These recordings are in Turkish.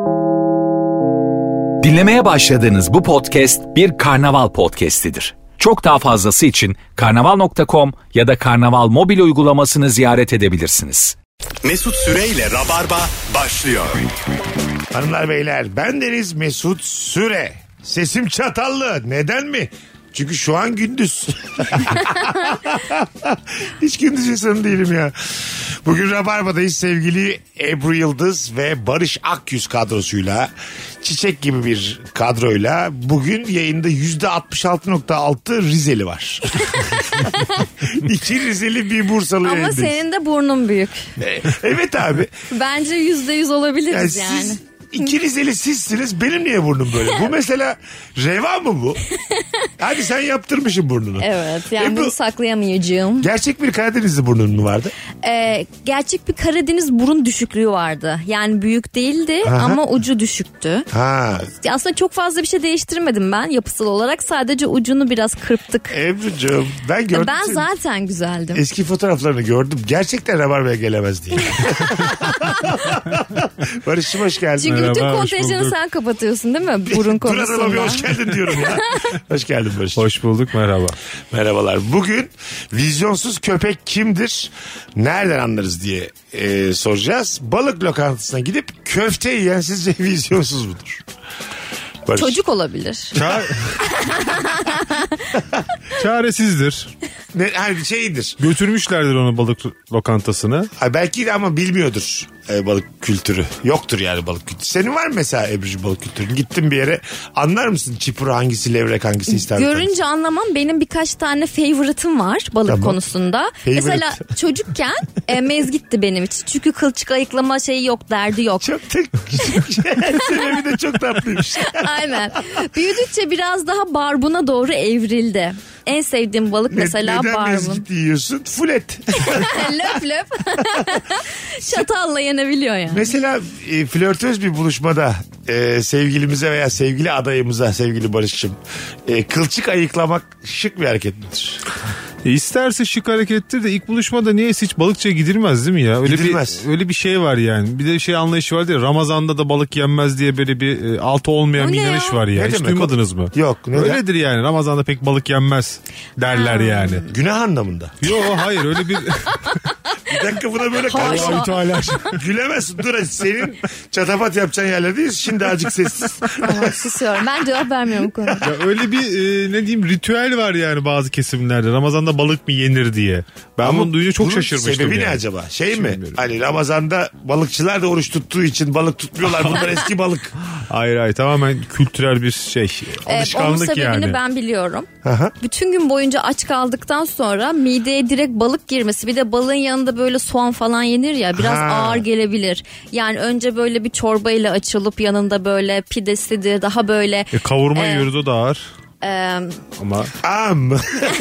Dinlemeye başladığınız bu podcast bir karnaval podcastidir. Çok daha fazlası için karnaval.com ya da karnaval mobil uygulamasını ziyaret edebilirsiniz. Mesut Süreyle Rabarba başlıyor. Hanımlar beyler, bendeniz Mesut Süre. Sesim çatallı. Neden mi? Çünkü şu an gündüz. Hiç gündüz insanı değilim ya. Bugün Rabarba'dayız sevgili Ebru Yıldız ve Barış Akyüz kadrosuyla, çiçek gibi bir kadroyla bugün yayında %66.6 Rizeli var. 2 Rizeli bir Bursalı Ama yayındayız. senin de burnun büyük. Evet abi. Bence %100 olabiliriz yani. Siz 2 Rizeli sizsiniz, benim niye burnum böyle? Bu mesela reva mı bu? Hadi sen yaptırmışsın burnunu. Evet, yani bu bunu saklayamayacağım. gerçek bir Karadenizli burnun mu vardı? Gerçek bir Karadeniz burun düşüklüğü vardı. Yani büyük değildi ama ucu düşüktü. Ha. Aslında çok fazla bir şey değiştirmedim ben yapısal olarak. Sadece ucunu biraz kırptık. Ebru'cuğum ben gördüm Ben seni. zaten güzeldim. Eski fotoğraflarını gördüm. Gerçekten Rabarba'ya gelemez diye. Barış'cığım hoş geldin. Çünkü Merhaba, bütün hoş kontenjanı bulduk. sen kapatıyorsun değil mi? Burun Dur adama bir konusunda. hoş geldin diyorum ya. Hoş geldin Barış. Hoş bulduk, merhaba. Merhabalar. Bugün vizyonsuz köpek kimdir? Nereden anlarız diye soracağız. Balık lokantasına gidip köfte yiyen sizce vizyonsuz mudur? Barış. Çocuk olabilir. Çaresizdir. Hani şeydir. Götürmüşlerdir onu balık lokantasına. Ha, belki de ama bilmiyordur balık kültürü. Yoktur yani balık kültürü. Senin var mı mesela Ebru'cu balık kültürün? Gittin bir yere, anlar mısın çipura hangisi, levrek hangisi, ister Görünce anlamam. Benim birkaç tane favorite'ım var balık Tamam. konusunda. Favorite. Mesela çocukken mezgitti benim için. Çünkü kılçık ayıklama şeyi yok, derdi yok. Çok da küçük. Sebebi de çok tatlıymış. Aynen. Büyüdükçe biraz daha barbuna doğru evrildi. En sevdiğim balık mesela Neden barbun. mezgit yiyorsun? Fulet. Löp löp. Çatalla yenebiliyor yani. Mesela flörtöz bir buluşmada sevgilimize veya sevgili adayımıza, sevgili Barış'cığım, kılçık ayıklamak şık bir hareket midir? İsterse şık harekettir de ilk buluşmada niyeyse hiç balıkçıya gidilmez değil mi ya? Gidilmez. Öyle bir şey var yani. Bir de şey anlayışı var diye Ramazan'da da balık yenmez diye böyle bir altı olmayan O bir ne inanış ya? var ya. Ne Hiç demek duymadınız mı? Yok. Neden? Öyledir yani. Ramazan'da pek balık yenmez derler yani. Günah anlamında. Yok hayır öyle bir... Bir dakika buna böyle karşı. Gülemezsin. Dur senin çatapat yapacağın yerlerdeyiz. Şimdi azıcık sessiz. Tamam, susuyorum. Ben cevap vermiyorum bu konuda. Ya öyle bir ne diyeyim ritüel var yani bazı kesimlerde. Ramazan'da balık mı yenir diye. Ben bunu duyunca çok bunun şaşırmıştım. sebebi yani. ne acaba? Şey Hiç mi? bilmiyorum. Hani Ramazan'da balıkçılar da oruç tuttuğu için balık tutmuyorlar. Bunlar eski balık. Hayır tamamen kültürel bir şey. Onun Alışkanlık sebebini yani. ben biliyorum. Aha. Bütün gün boyunca aç kaldıktan sonra mideye direkt balık girmesi, bir de balığın yanında böyle soğan falan yenir ya, biraz Ha. ağır gelebilir. Yani önce böyle bir çorbayla açılıp yanında böyle pidesidir, daha böyle Kavurma yiyoruz o da ağır. Ama Am.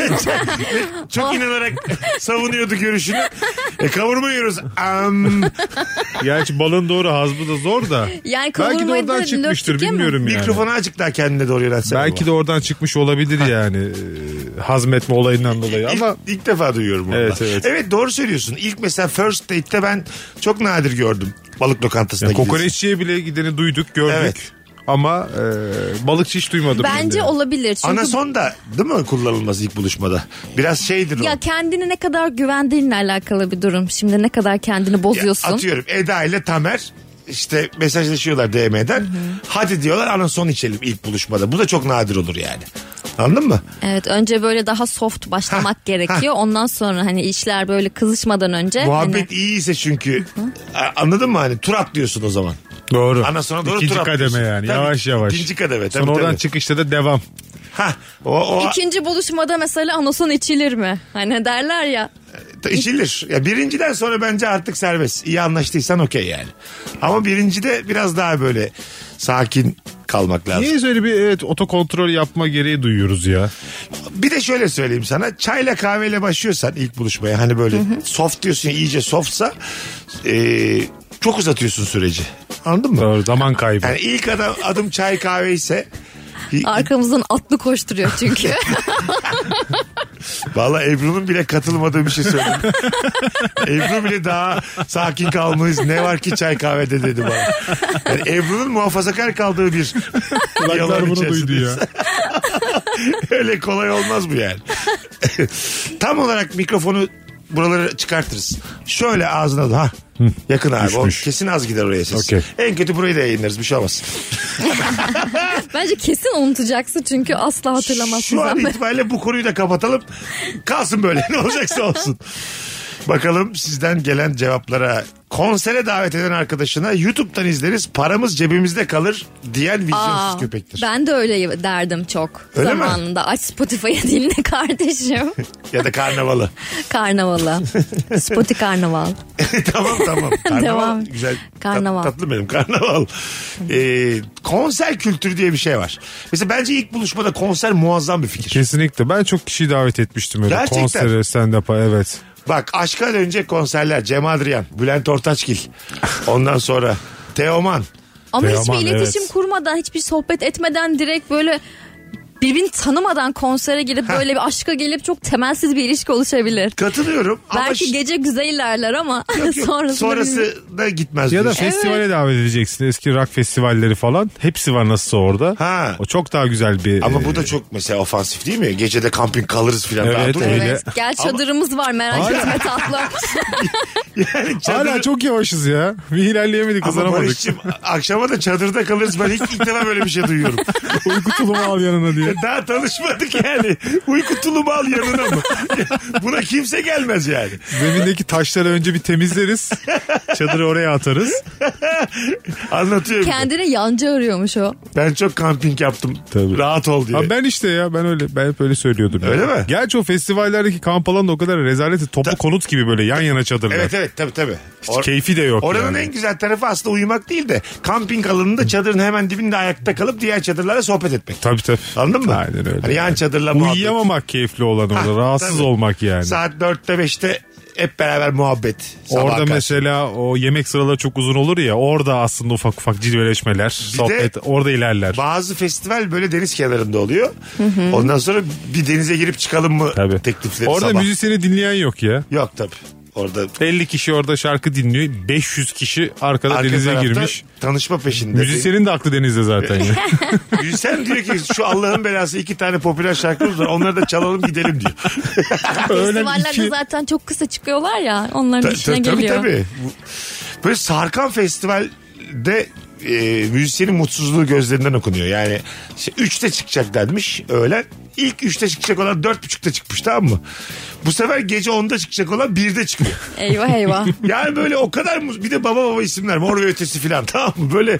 Çok inanarak savunuyordu görüşünü. Kavurma yiyoruz. Am. gerçi balın doğru hazmı da zor da. yani Belki de kavurmayı oradan da çıkmıştır löpçük yeme. bilmiyorum yani. Mikrofonu azıcık daha kendine doğru yöneltsene. Belki de oradan çıkmış olabilir yani hazmetme olayından dolayı ama İlk defa duyuyorum onu. Evet, evet. Evet doğru söylüyorsun. İlk mesela first date'te ben çok nadir gördüm balık lokantasına gidiyorsun. kokoreççiye bile gideni duyduk gördük. Evet. Ama balıkçı hiç duymadım. Bence ben de. olabilir. Çünkü Anason da değil mi kullanılmaz ilk buluşmada? Biraz şeydir o. ya kendini ne kadar güvendiğinle alakalı bir durum. Şimdi ne kadar kendini bozuyorsun. Atıyorum Eda ile Tamer işte mesajlaşıyorlar DM'den. Hadi diyorlar anason içelim ilk buluşmada. Bu da çok nadir olur yani. Anladın mı? Evet, önce böyle daha soft başlamak gerekiyor. Ondan sonra hani işler böyle kızışmadan önce. Muhabbet hani, iyiyse çünkü. Anladın mı hani tur atlıyorsun o zaman. Doğru. Anasona doğru İkinci tur atlıyorsun. kademe yani Tabii, yavaş yavaş. İkinci kademe tabii. Sonra oradan tabii. çıkışta da devam. Hah, o İkinci buluşmada mesela anason içilir mi? Hani derler ya. içilir. Ya birinciden sonra bence artık serbest. İyi anlaştıysan okey yani. Ama birincide biraz daha böyle sakin kalmak lazım. Niye öyle bir otokontrol yapma gereği duyuyoruz ya? Bir de şöyle söyleyeyim sana. Çayla kahveyle başlıyorsan ilk buluşmaya hani böyle soft diyorsun ya, iyice softsa çok uzatıyorsun süreci. Anladın mı? Doğru, zaman kaybı. Yani ilk adım çay kahve ise Arkamızdan atlı koşturuyor çünkü. Valla Ebru'nun bile katılmadığı bir şey söyledim. Ebru bile daha sakin kalmayız. Ne var ki çay kahvede dedi bana. Yani Ebru'nun muhafazakar kaldığı bir Kulaklar bunu duydu ya. Öyle kolay olmaz bu yani. Tam olarak mikrofonu buraları çıkartırız. Şöyle ağzına da yakın abi. Düşmüş. O kesin az gider oraya ses. Okay. En kötü burayı da yayınlarız, bir şey olmaz. Bence kesin unutacaksın çünkü asla hatırlamazsın. Şu an sen. itibariyle bu konuyu da kapatalım. Kalsın böyle, ne olacaksa olsun. Bakalım sizden gelen cevaplara. Konsere davet eden arkadaşına YouTube'dan izleriz, paramız cebimizde kalır diyen vizyonsuz köpektir. Ben de öyle derdim çok. Öyle mi? Zamanında. Aç Spotify'ı dinle kardeşim. Ya da karnavalı. Karnavalı. Spotify karnaval. tamam. Karnaval Devam. güzel. Karnaval. Tatlı benim karnaval. Konser kültürü diye bir şey var. Mesela bence ilk buluşmada konser muazzam bir fikir. Kesinlikle. Ben çok kişiyi davet etmiştim öyle. Gerçekten. Konsere, stand-up'a, evet. Bak, aşka dönecek konserler. Cem Adrian, Bülent Ortaçgil. Ondan sonra Teoman. Ama Teoman, hiçbir iletişim evet. kurmadan, hiçbir sohbet etmeden direkt böyle birbirini tanımadan konsere girip böyle bir aşka gelip çok temelsiz bir ilişki oluşabilir. Katılıyorum. Belki ama gece güzel ilerler ama yok, sonrasında sonrası da gitmez. Ya da diyorsun. festivale davet edeceksin. Eski rock festivalleri falan. Hepsi var nasılsa orada. Ha. O çok daha güzel bir... Ama bu da çok mesela ofansif değil mi? Gecede kamping kalırız filan. Evet, Daha dur. öyle. Evet, gel çadırımız var, merak Hala- etme tatlım. Yani çadır... Hala çok yavaşız ya. Bir ilerleyemedik, Ama kazanamadık. Barış'cığım, akşama da çadırda kalırız. Ben ilk defa böyle bir şey duyuyorum. Uyku tulumu al yanına diye. Daha tanışmadık yani. Uyku tulumu al yanına mı? Ya, buna kimse gelmez yani. Zemindeki taşları önce bir temizleriz. Çadırı oraya atarız. Anlatıyorum. Kendine yancı arıyormuş o. Ben çok kamping yaptım. Tabii. Rahat ol diye. Abi ben işte ya, ben hep öyle söylüyordum. Öyle ya. mi? Gerçi o festivallerdeki kamp alanı da o kadar rezaleti, toplu konut gibi böyle yan yana çadırlar. Evet tabii. Hiç keyfi de yok Oranın yani. en güzel tarafı aslında uyumak değil de kamping alanında çadırın hemen dibinde ayakta kalıp diğer çadırlarla sohbet etmek. Tabii. Anladın mı? Aynen öyle. Hani yan çadırla muhabbet. Uyuyamamak keyifli olan orada. Ha, Rahatsız tabii. olmak yani. Saat 4'te 5'te hep beraber muhabbet. Sabaha Orada karşı. mesela o yemek sıraları çok uzun olur ya, orada aslında ufak ufak cilveleşmeler, sohbet orada ilerler. Bazı festival böyle deniz kenarında oluyor. Ondan sonra bir denize girip çıkalım mı Tabii. teklifleri Orada sabah. müzisyeni dinleyen yok ya. Yok tabii. Orada 50 kişi orada şarkı dinliyor. 500 kişi arkada arka denize tarafta girmiş. tanışma peşinde. Müzisyenin de aklı denizde zaten ya. Müzisyen diyor ki şu Allah'ın belası 2 tane popüler şarkımız var. Onları da çalalım gidelim diyor. Festivallerde zaten çok kısa çıkıyorlar ya, onların içine geliyor. Tabii. Böyle sarkan festivalde müzisyenin mutsuzluğu gözlerinden okunuyor. Yani işte 3'te çıkacak denmiş öğlen. İlk 3'te çıkacak olan 4.30'da çıkmış, tamam mı? Bu sefer gece 10'da çıkacak olan 1'de çıkıyor. Eyvah. Yani böyle o kadar bir de baba isimler, Mor ve Ötesi filan, tamam mı? Böyle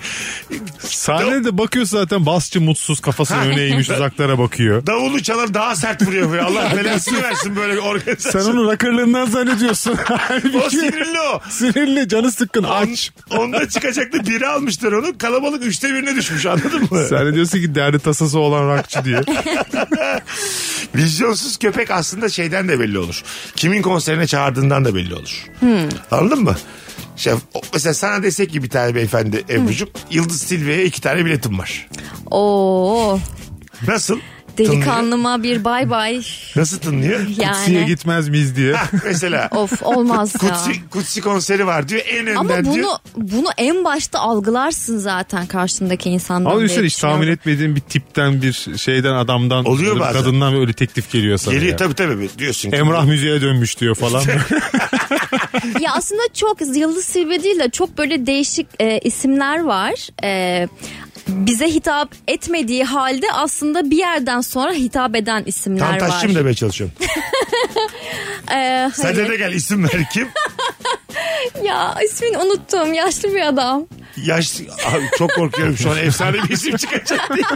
Sahnede bakıyorsun zaten, basçı mutsuz, kafasını öne eğmiş uzaklara bakıyor. davulu çalar daha sert vuruyor. Böyle. Allah belasını versin böyle bir organizasyon. Sen onu rockerlığından zannediyorsun. O sinirli o. Sinirli, canı sıkkın, aç. Onda çıkacaktı, biri almışlar onu. Kalabalık 3'te 1'ine düşmüş, anladın mı? Sen diyorsun ki derdi tasası olan rockçı diye. Vizyonsuz köpek aslında şeyden de belli olur. Kimin konserine çağırdığından da belli olur. Anladın mı? Mesela sana desek ki bir tane beyefendi Ebru'cum, Yıldız Tilbe'ye 2 tane biletim var. Oo. Nasıl? Delikanlıma bir bay bay. Nasıl tınlıyor? Kutsiye Yani. gitmez miyiz diye. Mesela. Of, olmaz ya. Kutsi konseri var diyor. En önden Ama diyor. bunu en başta algılarsın zaten karşındaki insandan. Ama diye düşünsene, hiç tahmin düşünüyorum. etmediğin bir tipten, bir şeyden, adamdan, Oluyor böyle bir bazen. kadından öyle teklif geliyor sana. Geliyor ya. tabii diyorsun ki. Emrah müziğe dönmüş diyor falan. Ya aslında çok Yıldız Tilbe değil de çok böyle değişik isimler var. Bize hitap etmediği halde aslında bir yerden sonra hitap eden isimler Tam var. taşçı mı demeye çalışıyorum? Sen Hayır. de gel, isim ver, kim? Ya ismini unuttum, yaşlı bir adam. Yaşlı. Abi, çok korkuyorum şu an, efsane bir isim çıkacak diye.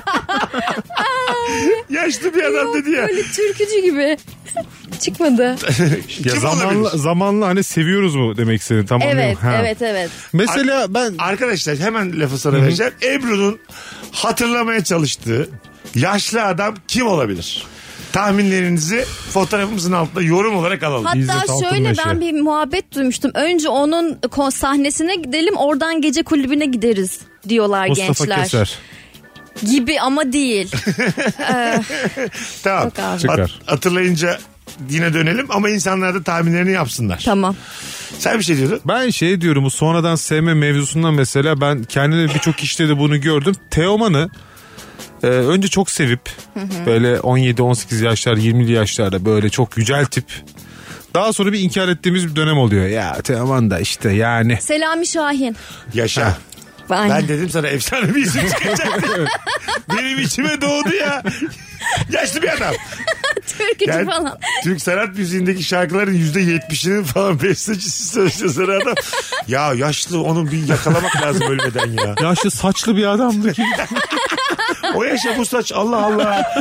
Yaşlı bir adam dedi ya. Böyle türkücü gibi. Çıkmadı. Ya Kim olabilir? zamanla hani seviyoruz mu demek istedin? Tamam. Evet, Ha. evet. Mesela ben Arkadaşlar hemen lafı sana vereceğim. Ebru'nun hatırlamaya çalıştığı yaşlı adam kim olabilir? Tahminlerinizi fotoğrafımızın altında yorum olarak alalım. İzzet Hatta şöyle, Altınmeşe. ben bir muhabbet duymuştum. Önce onun sahnesine gidelim, oradan gece kulübüne gideriz diyorlar Mustafa gençler. Keser. Gibi ama değil. Tamam. Yok abi. Çıkar. Hatırlayınca yine dönelim ama insanlar da tahminlerini yapsınlar. Tamam. Sen bir şey diyordun. Ben şey diyorum, bu sonradan sevme mevzusundan mesela ben kendimde birçok kişide de bunu gördüm. Teoman'ı önce çok sevip böyle 17-18 yaşlar 20'li yaşlarda böyle çok yüceltip daha sonra bir inkar ettiğimiz bir dönem oluyor. Ya Teoman da işte yani. Selami Şahin. Yaşa. Aynen. Ben dedim sana efsane bir isim çıkacak. Benim içime doğdu ya. Yaşlı bir adam. Türkücü Yani falan. Türk sanat müziğindeki şarkıların %70'inin falan bestecisi sözcü sana adam. Ya yaşlı, onu bir yakalamak lazım ölmeden ya. Yaşlı saçlı bir adamdı ki. O yaşa bu saç, Allah Allah.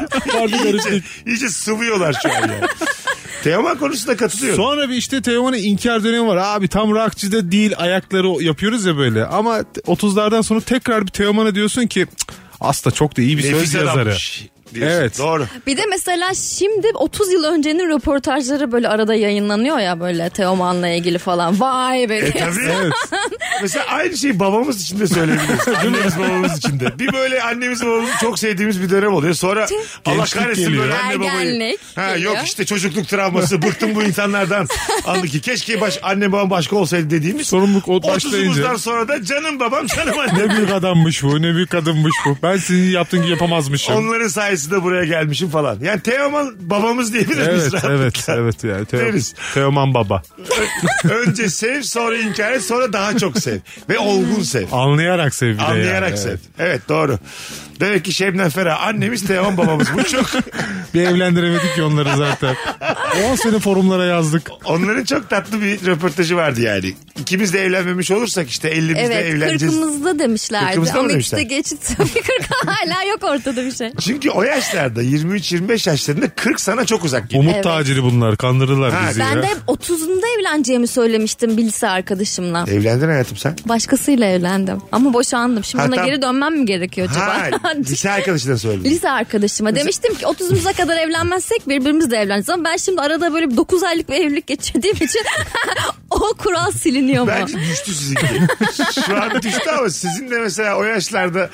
İyice sıvıyorlar şu an ya. Teoman konusunda katılıyorum. Sonra bir işte Teoman'ın inkar dönemi var. Abi tam rockçıda değil, ayakları yapıyoruz ya böyle. Ama 30'lardan sonra tekrar bir Teoman'a diyorsun ki aslında çok da iyi bir söz yazarı. adammış diyorsun. Evet. Doğru. Bir de mesela şimdi 30 yıl öncenin röportajları böyle arada yayınlanıyor ya, böyle Teoman'la ilgili falan. Vay be. Tabii. Evet. Mesela aynı şeyi babamız için de söyleyebiliriz. Annemiz babamız için de. Bir böyle annemiz babamız çok sevdiğimiz bir dönem oluyor. Sonra Allah Gençlik kahretsin geliyor. böyle anne babayı. Ergenlik Ha, geliyor. yok işte çocukluk travması, bıktım bu insanlardan. Anladık ki keşke anne babam başka olsaydı dediğimiz. Sorumluluk o 30'umuzdan başlayınca. sonra da canım babam canım annem. Ne büyük adammış bu, ne büyük kadınmış bu. Ben sizin yaptığın gibi yapamazmışım. Onların sayesinde buraya gelmişim falan. Yani Teoman babamız diyebilir miyiz Evet, rahatlıkla? evet yani. Deriz. Teoman baba. Önce sev, sonra inkar et, sonra daha çok sev. Ve olgun sev. Anlayarak sev bir de Anlayarak yani. sev. Evet. Evet doğru. Demek ki Şebnem Ferah annemiz, Teoman babamız. Bu çok... Bir evlendiremedik ki onları zaten. 10 sene forumlara yazdık. Onların çok tatlı bir röportajı vardı yani. İkimiz de evlenmemiş olursak işte 50'mizde Evet, evleneceğiz. 40'ımızda demişlerdi. 40'ımızda mı Ama demişler? işte geçit tabii 40 hala yok ortada bir şey. Çünkü o yaşlarda 23-25 yaşlarında 40 sana çok uzak geliyor. Umut Evet. taciri bunlar. Kandırırlar Ha, bizi Ben ya. de 30'unda evleneceğimi söylemiştim bir lise arkadaşımla. Evlendin hayatım sen. Başkasıyla evlendim. Ama boşandım. Şimdi Ha, buna tam- geri dönmem mi gerekiyor acaba? Ha, lise arkadaşına söyledin. Lise arkadaşıma demiştim ki 30'umuza kadar evlenmezsek birbirimizle evleneceğiz. Ama ben şimdi arada böyle 9 aylık bir evlilik geçirdiğim için o kural siliniyor mu? Bence düştü sizinki. Şu an düştü ama sizin de mesela o yaşlarda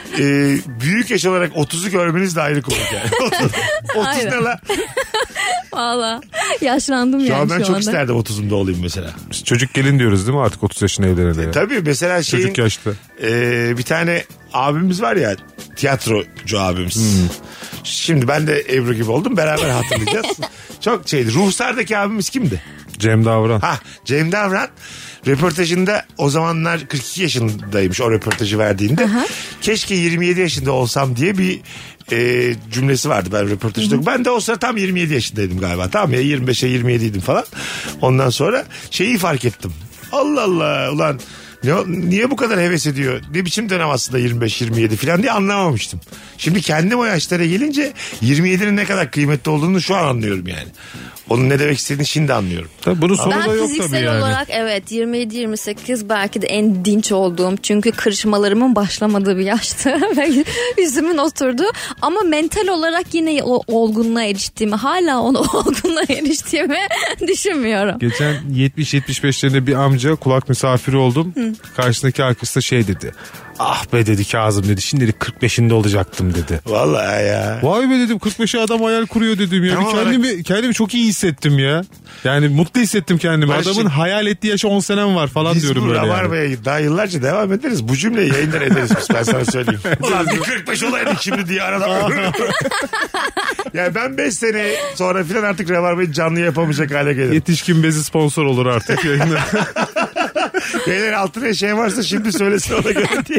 büyük yaş olarak 30'u görmeniz de ayrı komik yani. 30 Aynen. ne la? Valla yaşlandım Şu yani an ben şu çok anda. isterdim 30'umda olayım mesela. Biz çocuk gelin diyoruz değil mi artık 30 yaşına evlenene? Tabii mesela Çocuk yaşta. bir tane abimiz var ya, tiyatrocu abimiz. Şimdi ben de Ebru gibi oldum, beraber hatırlayacağız. Çok şeydi. Ruhsar'daki abimiz kimdi? Cem Davran. Ha, Cem Davran röportajında, o zamanlar 42 yaşındaymış o röportajı verdiğinde. Keşke 27 yaşında olsam diye bir cümlesi vardı ben röportajda. Ben de o sıra tam 27 yaşındaydım galiba. Tamam ya, 25'e 27'ydim falan. Ondan sonra şeyi fark ettim. Allah Allah ulan niye bu kadar heves ediyor? Ne biçim dönem aslında 25-27 falan diye anlamamıştım. Şimdi kendim o yaşlara gelince 27'nin ne kadar kıymetli olduğunu şu an anlıyorum yani. Onun ne demek istediğini şimdi anlıyorum. Tabii bunun sonu Ben da yok fiziksel tabii yani. olarak evet 27-28 belki de en dinç olduğum, çünkü kırışmalarımın başlamadığı bir yaştı ve yüzümün oturdu, ama mental olarak yine o olgunluğa eriştiğimi, hala onu olgunluğa eriştiğimi düşünmüyorum. Geçen 70-75'lerinde bir amca kulak misafiri oldum. Karşısındaki arkadaşı da şey dedi. Ah be dedi Kazım dedi. Şimdi 45'inde olacaktım dedi. Vallahi ya. Vay be dedim 45'e adam hayal kuruyor dedim ya. Tam Bir olarak- kendimi çok iyi hissettim ya. Yani mutlu hissettim kendimi. Ben Adamın şimdi- hayal ettiği yaşı 10 senem var falan Biz diyorum bu böyle yani. Rabarba'ya daha yıllarca devam ederiz. Bu cümleyi yayından ederiz biz, ben sana söyleyeyim. Ulan bir 45 olaydık şimdi diye arada. Yani ben 5 sene sonra filan artık Rabarba'yı canlı yapamayacak hale gelirim. Yetişkin bezi sponsor olur artık yayında. Beyler altına şey varsa şimdi söylesin ona göre diye.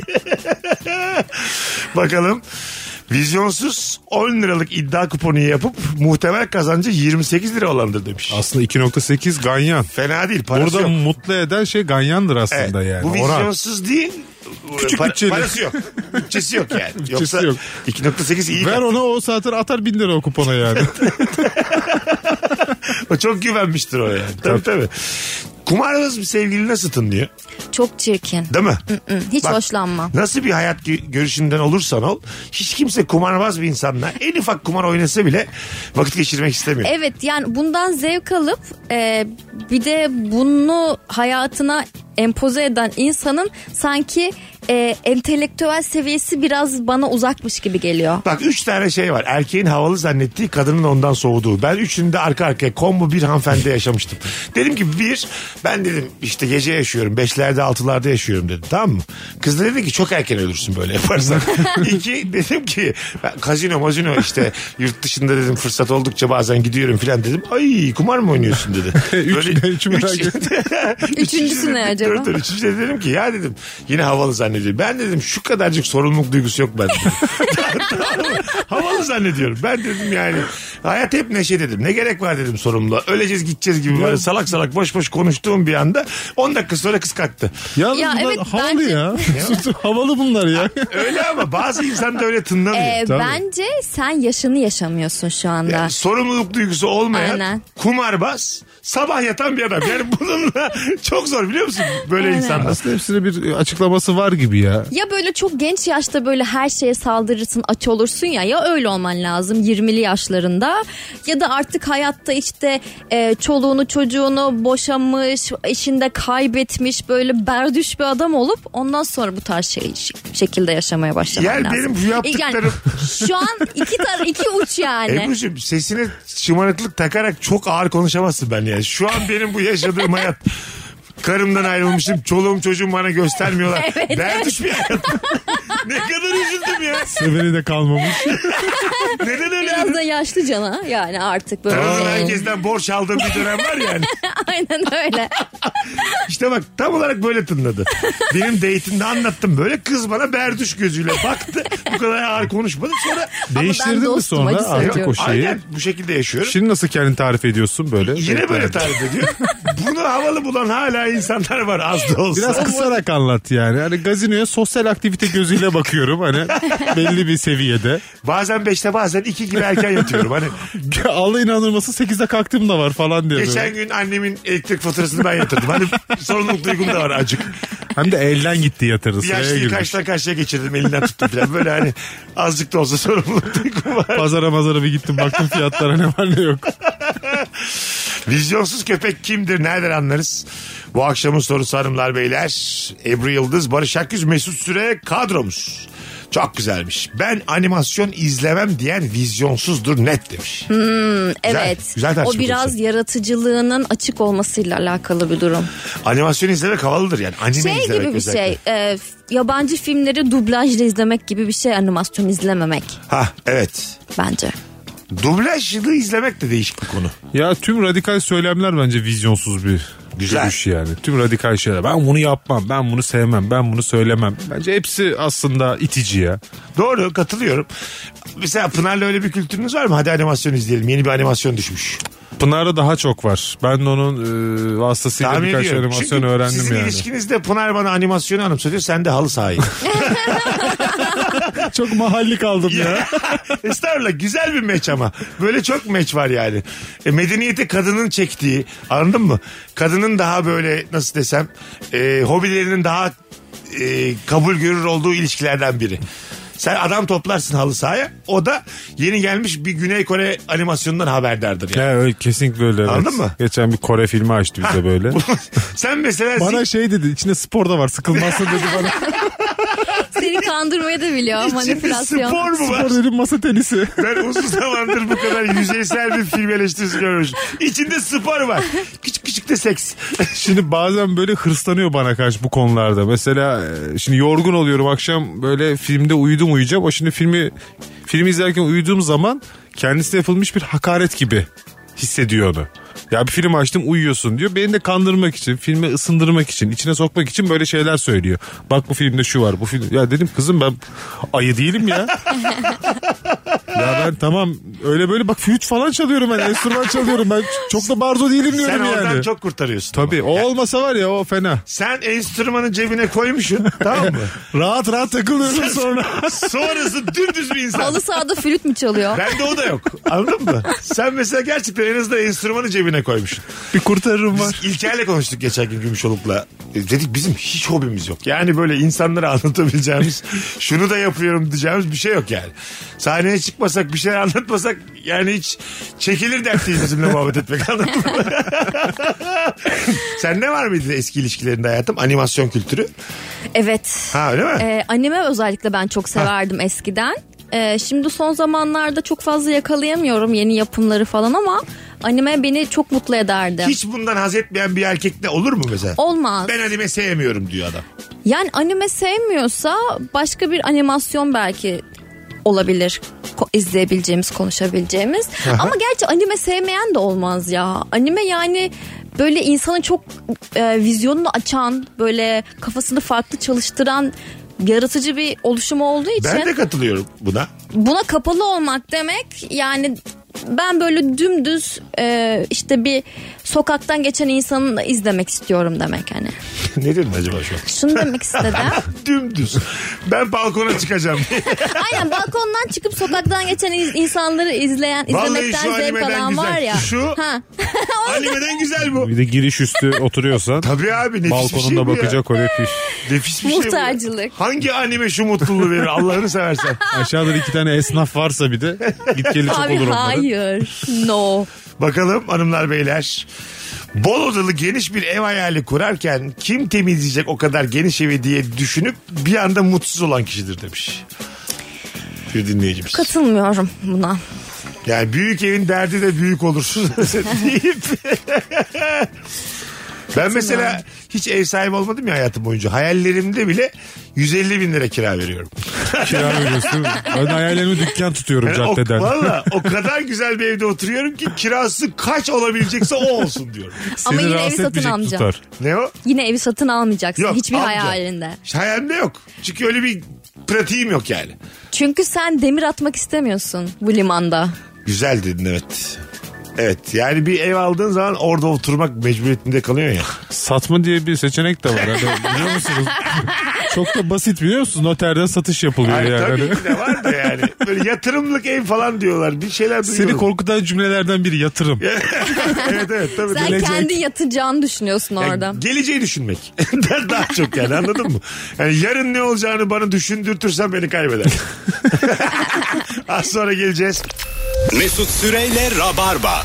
Bakalım. Vizyonsuz 10 liralık iddia kuponu yapıp muhtemel kazancı 28 lira olandır demiş. Aslında 2.8 ganyan. Fena değil, parası Burada yok. mutlu eden şey ganyandır aslında Evet, yani. bu Oran. vizyonsuz değil. Küçük bütçeli. Parası yok. Bütçesi yok yani. Yoksa yok. 2.8 iyi. Ver ona o saatler atar 1000 lira o kupona yani. O çok güvenmiştir o yani. Tabii. Kumarbaz bir sevgili nasıl tınlıyor? Çok çirkin. Değil mi? Hiç Bak, hoşlanmam. Nasıl bir hayat görüşünden olursan ol, hiç kimse kumarbaz bir insanla en ufak kumar oynasa bile vakit geçirmek istemiyor. Evet, yani bundan zevk alıp bir de bunu hayatına empoze eden insanın sanki entelektüel seviyesi biraz bana uzakmış gibi geliyor. Bak 3 tane şey var. Erkeğin havalı zannettiği, kadının ondan soğuduğu. Ben üçünü de arka arkaya combo bir hanımefendi yaşamıştım. Dedim ki ben dedim işte gece yaşıyorum. 5'lerde 6'larda yaşıyorum dedim. Tamam mı? Kız da dedi ki çok erken ölürsün böyle yaparsan. 2 dedim ki mazino işte yurt dışında dedim fırsat oldukça bazen gidiyorum filan dedim. Ay kumar mı oynuyorsun dedi. Üçüncüsü ne acaba? Üçüncü de dedim ki ya dedim yine havalı zannediyorum. Ben dedim şu kadarcık sorumluluk duygusu yok bende. Havalı zannediyorum. Ben dedim yani hayat hep neşe dedim. Ne gerek var dedim sorumluluğa. Öleceğiz gideceğiz gibi böyle salak salak boş boş konuştuğum bir anda 10 dakika sonra kız kalktı. Yalnız ya bunlar evet, havalı ya. Havalı bunlar ya. Öyle ama bazı insan da öyle tınlamıyor. Bence sen yaşını yaşamıyorsun şu anda. Yani sorumluluk duygusu olmayan Aynen. kumarbaz sabah yatan bir adam. Yani bununla çok zor biliyor musun? Böyle insanlar. Aslında hepsine bir açıklaması var gibi ya. Ya böyle çok genç yaşta böyle her şeye saldırırsın, aç olursun ya öyle olman lazım 20'li yaşlarında ya da artık hayatta işte çoluğunu çocuğunu boşamış, eşinde kaybetmiş böyle berdüş bir adam olup ondan sonra bu tarz şekilde yaşamaya başlaman Yani lazım. benim bu yaptıklarım... Yani şu an iki uç yani. Ebru'cum sesine şımarıklık takarak çok ağır konuşamazsın ben yani. Şu an benim bu yaşadığım hayat... Karımdan ayrılmışım. Çoluğum çocuğum bana göstermiyorlar. Evet, Derdüş bir hayat. Ne kadar üzüldüm ya. Severi de kalmamış. Neden öyle? Biraz da yaşlı cana yani artık böyle. Herkesten borç aldığım bir dönem var yani. Aynen öyle. İşte bak tam olarak böyle tınladı. Benim date'imde anlattım böyle. Kız bana berduş gözüyle baktı. Bu kadar ağır konuşmadı. Sonra değiştirdin mi dostum, sonra acı artık söylüyorum. o şeyi? aynen bu şekilde yaşıyorum. Şimdi nasıl kendini tarif ediyorsun böyle? Yine böyle tarif ediyor. Bunu havalı bulan hala insanlar var az da olsa. Biraz kısarak anlat yani. Hani gazinoya sosyal aktivite gözüyle bakıyorum hani belli bir seviyede. Bazen 5'te bazen 2 gibi erken yatıyorum. Hani Allah inanılması 8'de kalktım da var falan diyor. geçen gün annemin elektrik faturasını ben yatırdım. Hani sorumluluk duygum da var acık. Hem de elden gitti yatırdı. Bir yaşlıyı karşıdan karşıya geçirdim elinden tuttum falan. Böyle hani azıcık da olsa sorumluluk duygum var. Pazara bir gittim baktım fiyatlara ne var ne yok. Vizyonsuz köpek kimdir? Nereden anlarız? Bu akşamın sorusu hanımlar beyler. Ebru Yıldız, Barış Akgüz, Mesut Süre kadromuz. Çok güzelmiş. Ben animasyon izlemem diyen vizyonsuzdur net demiş. Evet. Güzel o tartışma biraz konusu. yaratıcılığının açık olmasıyla alakalı bir durum. Animasyon izlemek havalıdır yani. Anime Şey izlemek gibi bir özellikle. şey. Yabancı filmleri dublajla izlemek gibi bir şey, animasyon izlememek Ha evet. bence. Dublajlı izlemek de değişik bir konu. Ya tüm radikal söylemler bence vizyonsuz bir Güzel. görüş yani. Tüm radikal şeyler. Ben bunu yapmam, ben bunu sevmem, ben bunu söylemem. Bence hepsi aslında itici ya. Doğru katılıyorum. Mesela Pınar'la öyle bir kültürünüz var mı? Hadi animasyon izleyelim. Yeni bir animasyon düşmüş. Pınar'da daha çok var. Ben de onun vasıtasıyla Tahmin birkaç ediyorum. animasyon Çünkü öğrendim sizin yani. ilişkinizde Pınar bana animasyonu anımsatıyor. Sen de halı sahayı. Çok mahalli kaldım ya. Estağfurullah güzel bir meç ama. Böyle çok meç var yani. Medeniyeti kadının çektiği anladın mı? Kadının daha böyle nasıl desem hobilerinin daha kabul görür olduğu ilişkilerden biri. Sen adam toplarsın halı sahaya. O da yeni gelmiş bir Güney Kore animasyonundan haberdardır yani. Ya öyle, kesinlikle öyle. Evet. Anladın mı? Geçen bir Kore filmi açtı bize böyle. Sen mesela Bana şey dedi, içinde spor da var, sıkılmazsın dedi bana. Seni kandırmayı da biliyor. içinde Manipülasyon. spor mu var? Spor dedim, masa tenisi. Ben uzun zamandır bu kadar yüzeysel bir film eleştirisi görmüşüm. İçinde spor var. Küçük küçük de seks. Şimdi bazen böyle hırslanıyor bana karşı bu konularda. Mesela şimdi yorgun oluyorum akşam, böyle filmde uyuyacağım. O şimdi filmi izlerken uyuduğum zaman kendisine yapılmış bir hakaret gibi hissediyor onu. Ya bir film açtım uyuyorsun diyor. Beni de kandırmak için, filme ısındırmak için, içine sokmak için böyle şeyler söylüyor. Bak bu filmde şu var, bu film. Ya dedim kızım ben ayı değilim ya. Ya ben tamam öyle böyle bak flüt falan çalıyorum ben, enstrüman çalıyorum ben. Çok da barzo değilim diyorum Sen yani. oradan çok kurtarıyorsun. Tabii ama. o olmasa var ya o fena. Sen enstrümanı cebine koymuşsun tamam mı? Rahat takılıyorum sonra. Sonrası dümdüz bir insan. Halı sahada flüt mü çalıyor? Bende o da yok. Anladın mı? Sen mesela gerçekten en azından enstrümanı cebine cebine koymuşsun. Bir kurtarırım var. Biz İlker'le konuştuk geçen gün Gümüşoluk'la. Dedik bizim hiç hobimiz yok. Yani böyle insanlara anlatabileceğimiz, şunu da yapıyorum diyeceğimiz bir şey yok yani. Sahneye çıkmasak, bir şeyler anlatmasak yani hiç çekilir dert değil bizimle muhabbet etmek, anladın mı? Sende var mıydı eski ilişkilerinde hayatım? Animasyon kültürü. Evet. Ha, öyle mi? Anime özellikle ben çok severdim eskiden. Şimdi son zamanlarda çok fazla yakalayamıyorum yeni yapımları falan ama anime beni çok mutlu ederdi. Hiç bundan haz etmeyen bir erkekle olur mu mesela? Olmaz. Ben anime sevmiyorum diyor adam. Yani anime sevmiyorsa başka bir animasyon belki olabilir. İzleyebileceğimiz, konuşabileceğimiz. Ama gerçi anime sevmeyen de olmaz ya. Anime yani böyle insanın çok vizyonunu açan, böyle kafasını farklı çalıştıran yaratıcı bir oluşum olduğu için. Ben de katılıyorum buna. Buna kapalı olmak demek yani ben böyle dümdüz işte bir sokaktan geçen insanı izlemek istiyorum demek hani. Ne dedin acaba şu an? Şunu demek istedim. Dümdüz. Ben balkona çıkacağım. Aynen, balkondan çıkıp sokaktan geçen insanları izlemekten zevk alan güzel. var ya. Şu animeden güzel bu. Bir de giriş üstü oturuyorsan. Tabii abi, nefis bir şey balkonunda bu ya. bakacak o nefis. Nefis bir şey bu. Muhtarcılık. Hangi anime şu mutluluğu verir Allah'ını seversen. Aşağıda 2 tane esnaf varsa bir de git geli çok Abi olur onların. hayır. No. Bakalım hanımlar beyler. Bol odalı geniş bir ev hayali kurarken kim temizleyecek o kadar geniş evi diye düşünüp bir anda mutsuz olan kişidir demiş bir dinleyicimiz. Katılmıyorum buna. Yani büyük evin derdi de büyük olursun deyip. Ben mesela hiç ev sahibi olmadım ya hayatım boyunca. Hayallerimde bile 150 bin lira kira veriyorum. Kira veriyorsun. Ben hayallerimi dükkan tutuyorum Yani caddeden. Valla o kadar güzel bir evde oturuyorum ki kirası kaç olabilecekse o olsun diyorum. Ama Seni yine evi rahatsız satın etmeyecek almayacağım. tutar. Ne o? Yine evi satın almayacaksın. Yok, Hiçbir almayacağım. hayalinde. Hayalimde yok. Çünkü öyle bir pratiğim yok yani. Çünkü sen demir atmak istemiyorsun bu limanda. Güzel dedin, evet. Evet, yani bir ev aldığın zaman orada oturmak mecburiyetinde kalıyorsun ya. Satma diye bir seçenek de var. Hani biliyor musunuz? Çok da basit, biliyor musunuz? Noterden satış yapılıyor Hayır, yani. tabii ki de var da yani. Böyle yatırımlık ev falan diyorlar. Bir şeyler duyuyorum. Seni korkutan cümlelerden biri yatırım. Evet tabii. Sen Gelecek. kendi yatacağını düşünüyorsun Yani orada. geleceği düşünmek. Daha çok yani, anladın mı? Yani yarın ne olacağını bana düşündürtürsen beni kaybeder. Az sonra geleceğiz. Mesut Süreyle Rabarba.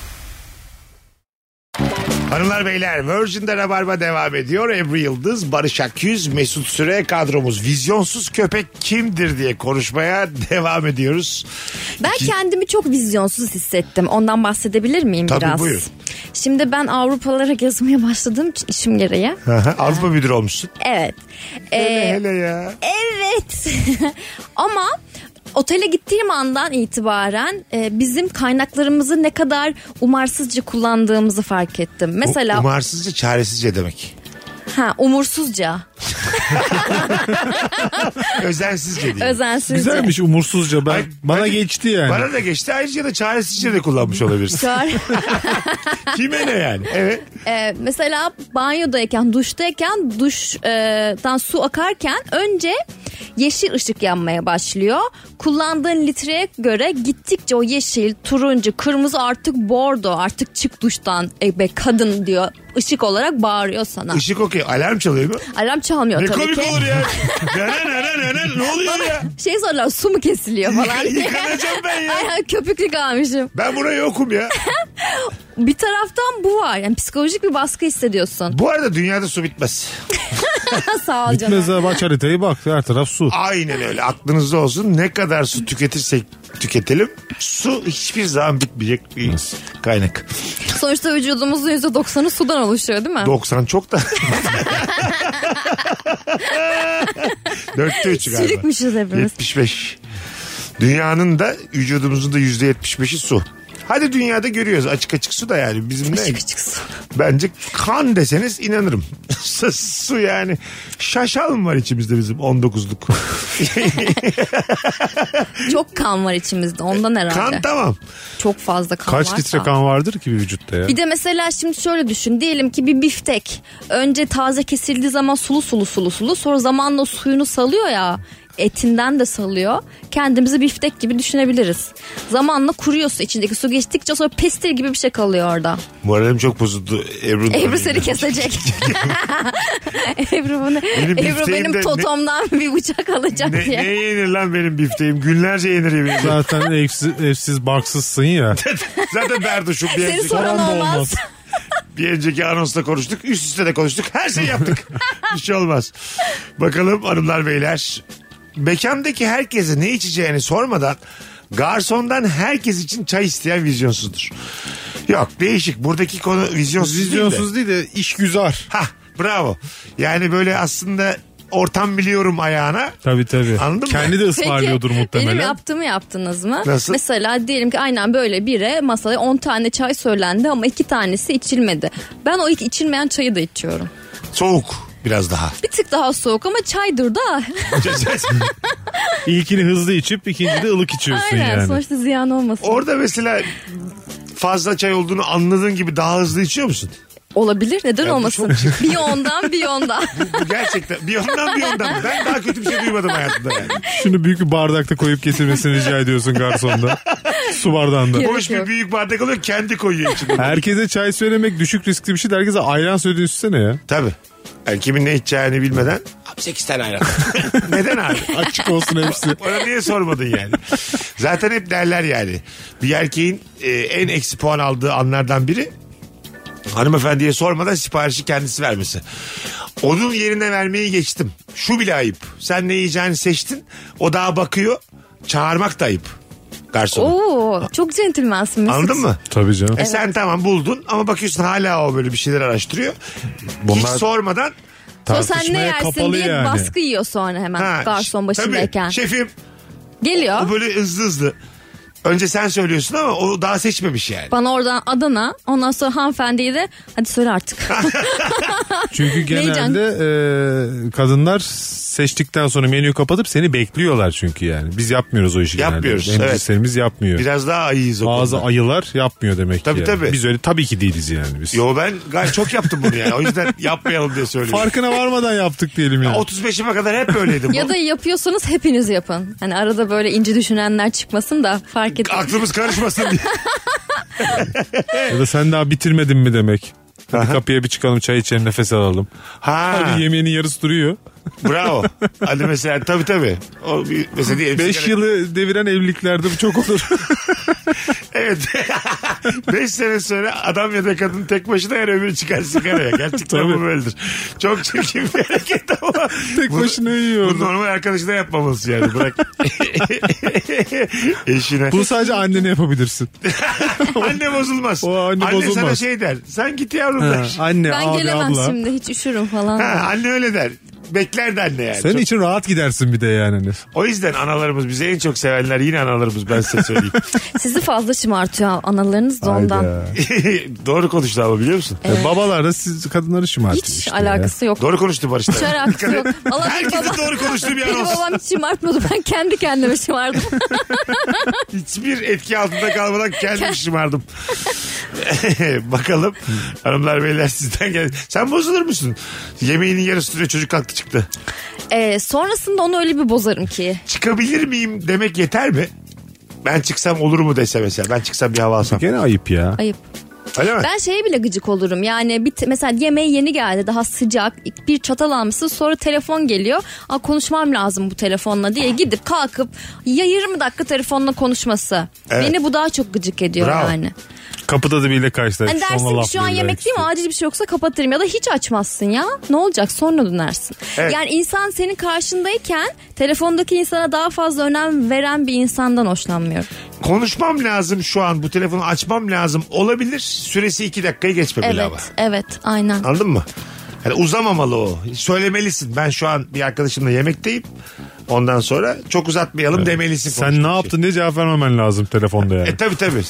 Hanımlar beyler, Virgin'de Rabarba devam ediyor. Ebru Yıldız, Barış Akyüz, Mesut Süre kadromuz. Vizyonsuz köpek kimdir diye konuşmaya devam ediyoruz. Ben kendimi çok vizyonsuz hissettim. Ondan bahsedebilir miyim Tabii, biraz? buyur. Şimdi ben Avrupalara gezmeye başladığım için işim gereği. Avrupa müdürü olmuşsun. Evet. Hele ya. Evet. Ama otele gittiğim andan itibaren bizim kaynaklarımızı ne kadar umarsızca kullandığımızı fark ettim. Mesela Umarsızca, çaresizce demek. umursuzca. Özensizce değil. Özensizce. Güzelmiş, umursuzca. Bana Bence- geçti yani. Bana da geçti. Ayrıca da çaresizce de kullanmış olabilirsin. Kime ne yani? Evet. Mesela banyodayken, duştayken, duştan su akarken önce yeşil ışık yanmaya başlıyor. Kullandığın litreye göre gittikçe o yeşil, turuncu, kırmızı, artık bordo, artık çık duştan be kadın diyor. Işık olarak bağırıyor sana. Işık okey. Alarm çalıyor mu? Alarm çalmıyor Ne tabii komik ki. olur ya. Ne oluyor ya? Şey soruyorlar, su mu kesiliyor falan diye. Yıkanacağım ben ya. Aynen, köpüklük almışım. Ben buraya yokum ya. Bir taraftan bu var. Yani psikolojik bir baskı hissediyorsun. Bu arada dünyada su bitmez. Sağ ol canım. Bitmez abi, aç haritayı bak, her taraf su. Aynen öyle. Aklınızda olsun. Ne kadar su tüketirsek tüketelim, su hiçbir zaman bitmeyecek bir kaynak. Sonuçta vücudumuzun %90'ı sudan oluşuyor değil mi? 90 çok da. 4'te 3'ü galiba. Sülükmüşüz hepimiz. 75. Dünyanın da vücudumuzun da %75'i su. Hadi dünyada görüyoruz açık açık su da yani. Bizim ne? Açık su. Bence kan deseniz inanırım. Su yani. Şaşal mı var içimizde bizim 19'luk? Çok kan var içimizde ondan herhalde. Kan tamam. Çok fazla kan Kaç varsa. litre kan vardır ki bir vücutta ya? Bir de mesela şimdi şöyle düşün. Diyelim ki bir biftek. Önce taze kesildiği zaman sulu sonra zamanla suyunu salıyor ya. etinden de salıyor. Kendimizi biftek gibi düşünebiliriz. Zamanla kuruyorsun, içindeki su geçtikçe sonra pestil gibi bir şey kalıyor orada. Moralim çok bozuldu. Ebru seni kesecek. Ebru benim totomdan bir bıçak alacak diye. Ne yenir lan benim bifteğim? Günlerce yenir yemin. Zaten evsiz barksızsın ya. Zaten Berduş'um. Seni soran olmaz. Bir önceki anonsla konuştuk. Üst üste de konuştuk. Her şeyi yaptık. Bir şey olmaz. Bakalım hanımlar beyler. Mekandaki herkese ne içeceğini sormadan garsondan herkes için çay isteyen vizyonsuzdur. Yok, değişik. Buradaki konu vizyonsuz değil de işgüzar. Hah, bravo. Yani böyle aslında ortam biliyorum ayağına. Tabii. Anladın mı? Kendi de ısmarlıyordur Peki, muhtemelen. benim yaptığımı yaptınız mı? Nasıl? Mesela diyelim ki aynen böyle bire masaya 10 tane çay söylendi ama 2 tanesi içilmedi. Ben o ilk içilmeyen çayı da içiyorum. Soğuk biraz daha. Bir tık daha soğuk ama çaydır da. İlkini hızlı içip ikinci de ılık içiyorsun Aynen, yani. sonuçta ziyan olmasın. Orada mesela fazla çay olduğunu anladığın gibi daha hızlı içiyor musun? Olabilir, neden Ya bu olmasın? Bir ondan. Bu gerçekten bir ondan. Ben daha kötü bir şey duymadım hayatımda yani. Şunu büyük bir bardakta koyup getirmesini rica ediyorsun garsonda. Su bardağında. Gerek Boş bir yok. büyük bardak alıyor, kendi koyuyor içine. Herkese çay söylemek düşük riskli bir şey. Herkese ayran söylediğini düşünsene ya. Tabii. Yani kimin ne içeceğini bilmeden abi 8 tane ayran. Neden abi? Açık olsun hepsi. Bana niye sormadın yani? Zaten hep derler yani. Bir erkeğin en eksi puan aldığı anlardan biri hanımefendiye sormadan siparişi kendisi vermesi. Onun yerine vermeyi geçtim. Şu bile ayıp. Sen ne yiyeceğini seçtin. O daha bakıyor. Çağırmak da ayıp. Garsonu. Oo, çok centilmensin Mesut. Anladın mı? Tabii canım. Sen tamam buldun ama bakıyorsun hala o böyle bir şeyler araştırıyor. Hiç Bunlar- sormadan Sonra sen ne Tartışmaya yersin kapalı diye yani. baskı yiyor sonra hemen ha, garson başındayken. Tabii, şefim Geliyor. o böyle hızlı. Önce sen söylüyorsun ama o daha seçmemiş yani. Bana oradan Adana, ondan sonra hanımefendiyi de hadi söyle artık. Çünkü genelde kadınlar seçtikten sonra menüyü kapatıp seni bekliyorlar çünkü yani. Biz yapmıyoruz o işi Yapmıyoruz, genelde. evet. Cinslerimiz yapmıyor. Biraz daha ayıyız o Bazı konuda. ayılar yapmıyor demek Tabii, ki. Yani. tabii. Biz öyle tabii ki değiliz yani biz. Yo ben gayet çok yaptım bunu yani. O yüzden yapmayalım diye söylüyorum. Farkına varmadan yaptık diyelim yani. 35'ime kadar hep böyleydim. Ya da yapıyorsanız hepiniz yapın. Hani arada böyle ince düşünenler çıkmasın da fark edin. Aklımız karışmasın diye. Ya da sen daha bitirmedin mi demek. Hadi kapıya bir çıkalım, çay içelim, nefes alalım. Ha, Hadi yemeğinin yarısı duruyor. bravo. Hadi mesela tabii. O mesela diyelim 5 sigara- yılı deviren evliliklerde bu çok olur. Evet. 5 sene sonra adam ya da kadın tek başına her öbürü çıkar sigaraya. Gerçekten Tabii. bu böyledir. Çok çirkin bir hareket ama. Tek başına yiyor. Bu normal arkadaşına yapmamalısın yani. Bırak. Eşine. Bunu sadece annene yapabilirsin. Anne bozulmaz. O anne sana bozulmaz. şey der. Sen git yavrum der. Anne, Ben abi, gelemem abla. şimdi, hiç üşürüm falan. Ha, anne öyle der. Bekler de anne yani. Senin Çok- için rahat gidersin bir de yani. O yüzden analarımız bizi en çok sevenler yine analarımız, ben size söyleyeyim. Sizi fazla şımartıyor analarınız da ondan. Hayda. Doğru konuştu ama biliyor musun? Babalar da siz kadınları şımartıyor Hiç işte alakası yok. Doğru konuştu Barış'ta. Hiç alakası yok. Allah benim Herkesin babam, doğru konuştuğu bir benim anons. babam hiç şımartmadı. Ben kendi kendime şımardım. Hiçbir etki altında kalmadan kendim şımardım. Bakalım hanımlar beyler sizden gel. Sen bozulur musun? Yemeğinin yarısı duruyor, çocuk kalktı çıktı. Sonrasında onu öyle bir bozarım ki. Çıkabilir miyim demek yeter mi? Ben çıksam olur mu dese mesela. Ben çıksam bir hava alsam. Gene ayıp ya. Ayıp. Öyle mi? Ben şeye bile gıcık olurum. Yani mesela yemeği yeni geldi, daha sıcak. Bir çatal almışsın, sonra telefon geliyor. Konuşmam lazım bu telefonla diye gidip kalkıp ya 20 dakika telefonla konuşması. Evet. Beni bu daha çok gıcık ediyor Bravo. yani. Kapıda da bile karşılar. Hani dersin ki şu an yemek değil mi, acil bir şey yoksa kapatırım, ya da hiç açmazsın ya. Ne olacak, sonra dönersin. Evet. Yani insan senin karşındayken telefondaki insana daha fazla önem veren bir insandan hoşlanmıyorum. Konuşmam lazım şu an, bu telefonu açmam lazım olabilir. Süresi 2 dakikayı geçmemeli ama. Evet aynen. Anladın mı? Yani uzamamalı o. Söylemelisin. Ben şu an bir arkadaşımla yemekteyim. Ondan sonra çok uzatmayalım demelisin. Sen ne konuştuğun yaptın diye cevap vermemen lazım telefonda yani. Tabii.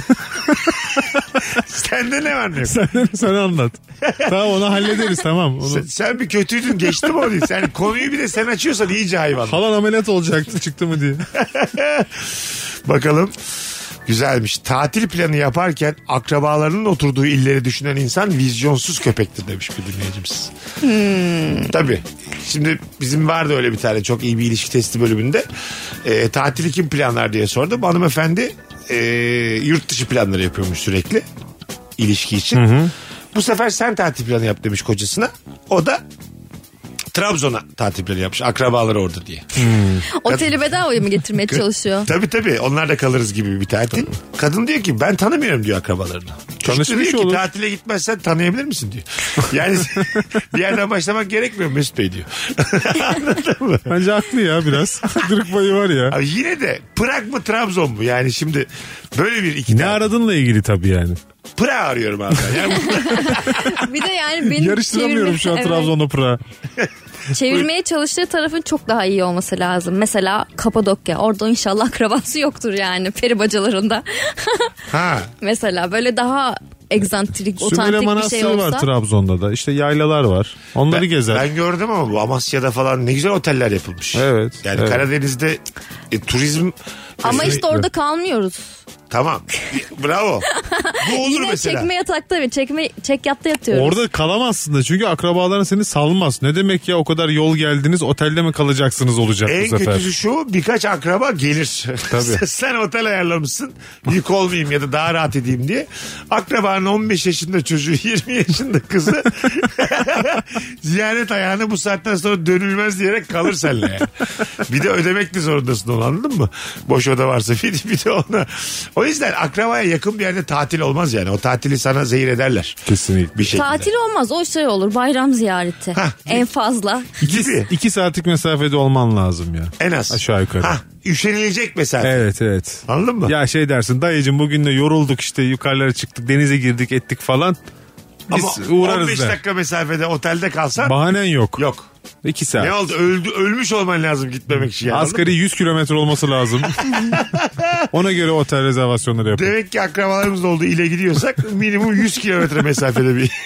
Sende ne var ne yok? Sen anlat. Tamam, onu hallederiz, tamam. Onu... Sen bir kötüydün, geçti mi o değil? Sen konuyu bir de sen açıyorsan iyice hayvan. Halan ameliyat olacaktı, çıktı mı diye. Bakalım. Güzelmiş. Tatil planı yaparken akrabalarının oturduğu illeri düşünen insan vizyonsuz köpektir demiş bir dinleyicimiz. Tabii. Şimdi bizim vardı öyle bir tane çok iyi bir ilişki testi bölümünde. Tatili kim planlar diye sordum. Hanımefendi yurt dışı planları yapıyormuş sürekli ilişki için. Bu sefer sen tatil planı yap demiş kocasına. O da Trabzon'a tatil planı yapmış. Akrabaları orada diye. Oteli bedavaya mı getirmeye çalışıyor? Tabii onlar da kalırız gibi bir tatil. Kadın diyor ki ben tanımıyorum diyor akrabalarını. Tanışmış Çocuk diyor ki olur. tatile gitmezsen tanıyabilir misin diyor. Yani bir yerden başlamak gerekmiyor Mesut Bey diyor. Anladın mı? Bence haklı ya biraz. Kırık payı var ya. Abi yine de Prag mı Trabzon mu? Yani şimdi böyle bir iki Ne tane. aradığınla ilgili tabii yani. Prag arıyorum abi. Yani Bir de yani benim Yarıştıramıyorum şu an Evet. Trabzon'la Prag'ı. Çevirmeye çalıştığı tarafın çok daha iyi olması lazım. Mesela Kapadokya. Orada inşallah akrabası yoktur yani peri bacalarında. ha. Mesela böyle daha egzantrik, Sümele otantik bir şey Manastırı olsa. var Trabzon'da da. İşte yaylalar var. Onları gezer. Ben gördüm ama bu Amasya'da falan ne güzel oteller yapılmış. Evet, Yani evet. Karadeniz'de turizm... Ama işte orada kalmıyoruz. Tamam. Bravo. Bu olur Yine mesela. çekme yatakta ve çek yatta yatıyoruz. Orada kalamazsın da çünkü akrabaların seni salmaz. Ne demek ya o kadar yol geldiniz otelde mi kalacaksınız olacak En bu sefer. kötüsü şu birkaç akraba gelir. Tabii. Sen otel ayarlamışsın. Yük olmayayım ya da daha rahat edeyim diye. Akrabanın 15 yaşında çocuğu 20 yaşında kızı ziyaret ayağına bu saatten sonra dönülmez diyerek kalır seninle yani. Bir de ödemek de zorundasın onu anladın mı? Boş oda varsa bir de ona. O yüzden akrabaya yakın bir yerde tatil olmaz yani. O tatili sana zehir ederler. Kesinlikle. Bir şekilde. Tatil olmaz, o şey olur, bayram ziyareti. Hah. En fazla. Gibi. 2 saatlik mesafede olman lazım ya. En az. Aşağı yukarı. Ha, üşenilecek mesela. Evet. Anladın mı? Ya şey dersin dayıcım bugün de yorulduk işte yukarılara çıktık denize girdik ettik falan. Biz Ama uğrarız 15 der. dakika mesafede otelde kalsan Bahanen yok. yok. 2 saat. Ne oldu? Ölmüş olman lazım gitmemek için. Yani. Asgari 100 kilometre olması lazım. Ona göre otel rezervasyonları yapın. Demek ki akrabalarımız olduğu ile gidiyorsak minimum 100 kilometre mesafede bir.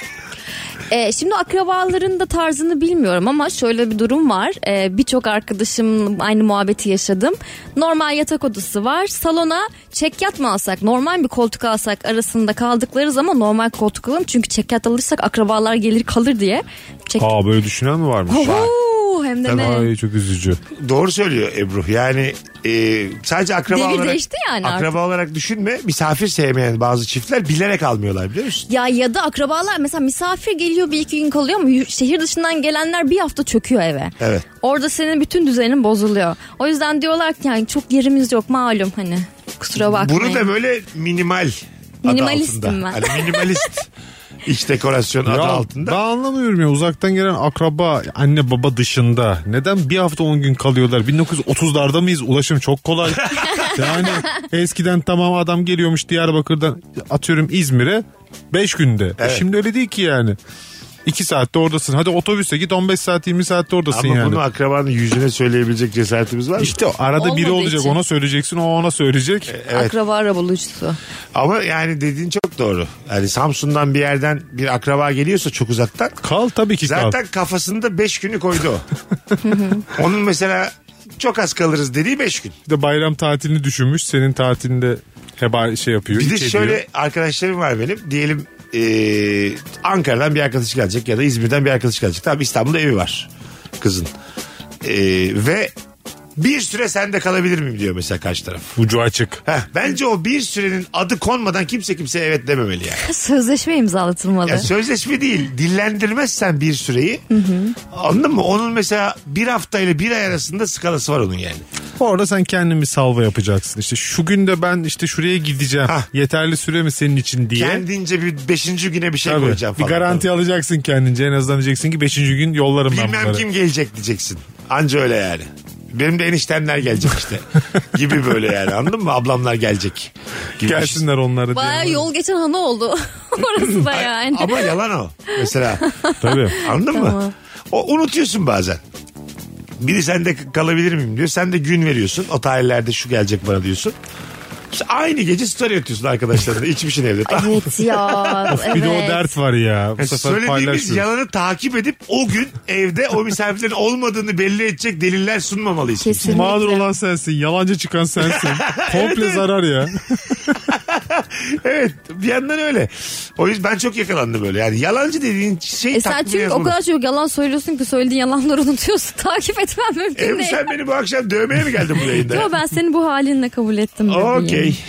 Şimdi akrabaların da tarzını bilmiyorum ama şöyle bir durum var. Birçok arkadaşım aynı muhabbeti yaşadım. Normal yatak odası var. Salona çekyat mı alsak, normal bir koltuk alsak arasında kaldıkları zaman normal koltuk alalım. Çünkü çekyat alırsak akrabalar gelir kalır diye. Böyle düşünen mi varmış? Oho, hem de ne? Ay çok üzücü. Doğru söylüyor Ebru. Yani sadece akraba Devir olarak değişti yani artık. akraba olarak düşünme. Misafir sevmeyen bazı çiftler bilerek almıyorlar biliyor musun? Ya da akrabalar mesela misafir geliyor bir iki gün kalıyor ama şehir dışından gelenler bir hafta çöküyor eve. Evet. Orada senin bütün düzenin bozuluyor. O yüzden diyorlar ki yani çok yerimiz yok malum hani kusura bakmayın. Bunu da böyle minimal Minimalistim adı altında. ben. Hani minimalist iç dekorasyon adı altında. Ben anlamıyorum ya uzaktan gelen akraba anne baba dışında neden bir hafta 10 gün kalıyorlar? 1930'larda mıyız? Ulaşım çok kolay. Yani eskiden tamam adam geliyormuş Diyarbakır'dan atıyorum İzmir'e 5 günde. Evet. Şimdi öyle değil ki yani. 2 saatte oradasın. Hadi otobüse git 15 saat 20 saatte oradasın Ama yani. bunu akrabanın yüzüne söyleyebilecek cesaretimiz var mı? İşte arada biri Olmadığı olacak için. ona söyleyeceksin o ona söyleyecek. Evet. Akraba arabulucusu. Ama yani dediğin çok doğru. Yani Samsun'dan bir yerden bir akraba geliyorsa çok uzaktan. Kal tabii ki kal. Zaten kafasında 5 günü koydu o. Onun mesela çok az kalırız dediği 5 gün. Bir de bayram tatilini düşünmüş senin tatilinde heba şey yapıyor. Bir de iç ediyor. şöyle arkadaşlarım var benim. Diyelim Ankara'dan bir arkadaş gelecek ya da İzmir'den bir arkadaş gelecek. Tabii İstanbul'da evi var kızın. Ve bir süre sende kalabilir miyim diyor mesela karşı taraf. Ucu açık. Bence o bir sürenin adı konmadan kimseye evet dememeli yani. Sözleşme imzalatılmalı. Ya sözleşme değil. Dillendirmezsen bir süreyi. Anladın mı? Onun mesela bir haftayla bir ay arasında skalası var onun yani. Orada sen kendin bir salva yapacaksın. İşte şu günde ben işte şuraya gideceğim. Hah. Yeterli süre mi senin için diye. Kendince bir 5. güne bir şey Tabii. koyacağım Bir falan. garanti alacaksın kendince. En azından diyeceksin ki 5. gün yollarım ben Bilmem bunları. kim gelecek diyeceksin. Anca öyle yani. Benim de eniştemler gelecek işte. Gibi böyle yani anladın mı? Ablamlar gelecek. Gibi Gelsinler onları Baya diye. yol geçen hanı oldu. Orası da yani. Ama yalan o. Mesela Tabii. anladın mı? Tamam. O unutuyorsun bazen. Biri sende kalabilir miyim diyor. Sen de gün veriyorsun. O tarihlerde şu gelecek bana diyorsun. İşte aynı gece story atıyorsun arkadaşlarına. İçmişsin evde. Evet ya. Evet. Bir de o dert var ya. Bu Yani sefer söylediğimiz paylaşıyoruz. yalanı takip edip o gün evde o misafirlerin olmadığını belli edecek deliller sunmamalıyız. Kesinlikle. Mağdur olan sensin. Yalancı çıkan sensin. Komple zarar ya. Evet bir yandan öyle. O yüzden ben çok yakalandım böyle. Yani yalancı dediğin şey Sen takvime çünkü o yazılır. kadar çok yalan söylüyorsun ki söylediğin yalanları unutuyorsun. Takip etmem mümkün Ebru değil. sen beni bu akşam dövmeye mi geldin bu yayında? Yo ben seni bu halinle kabul ettim bebeğim. Okey.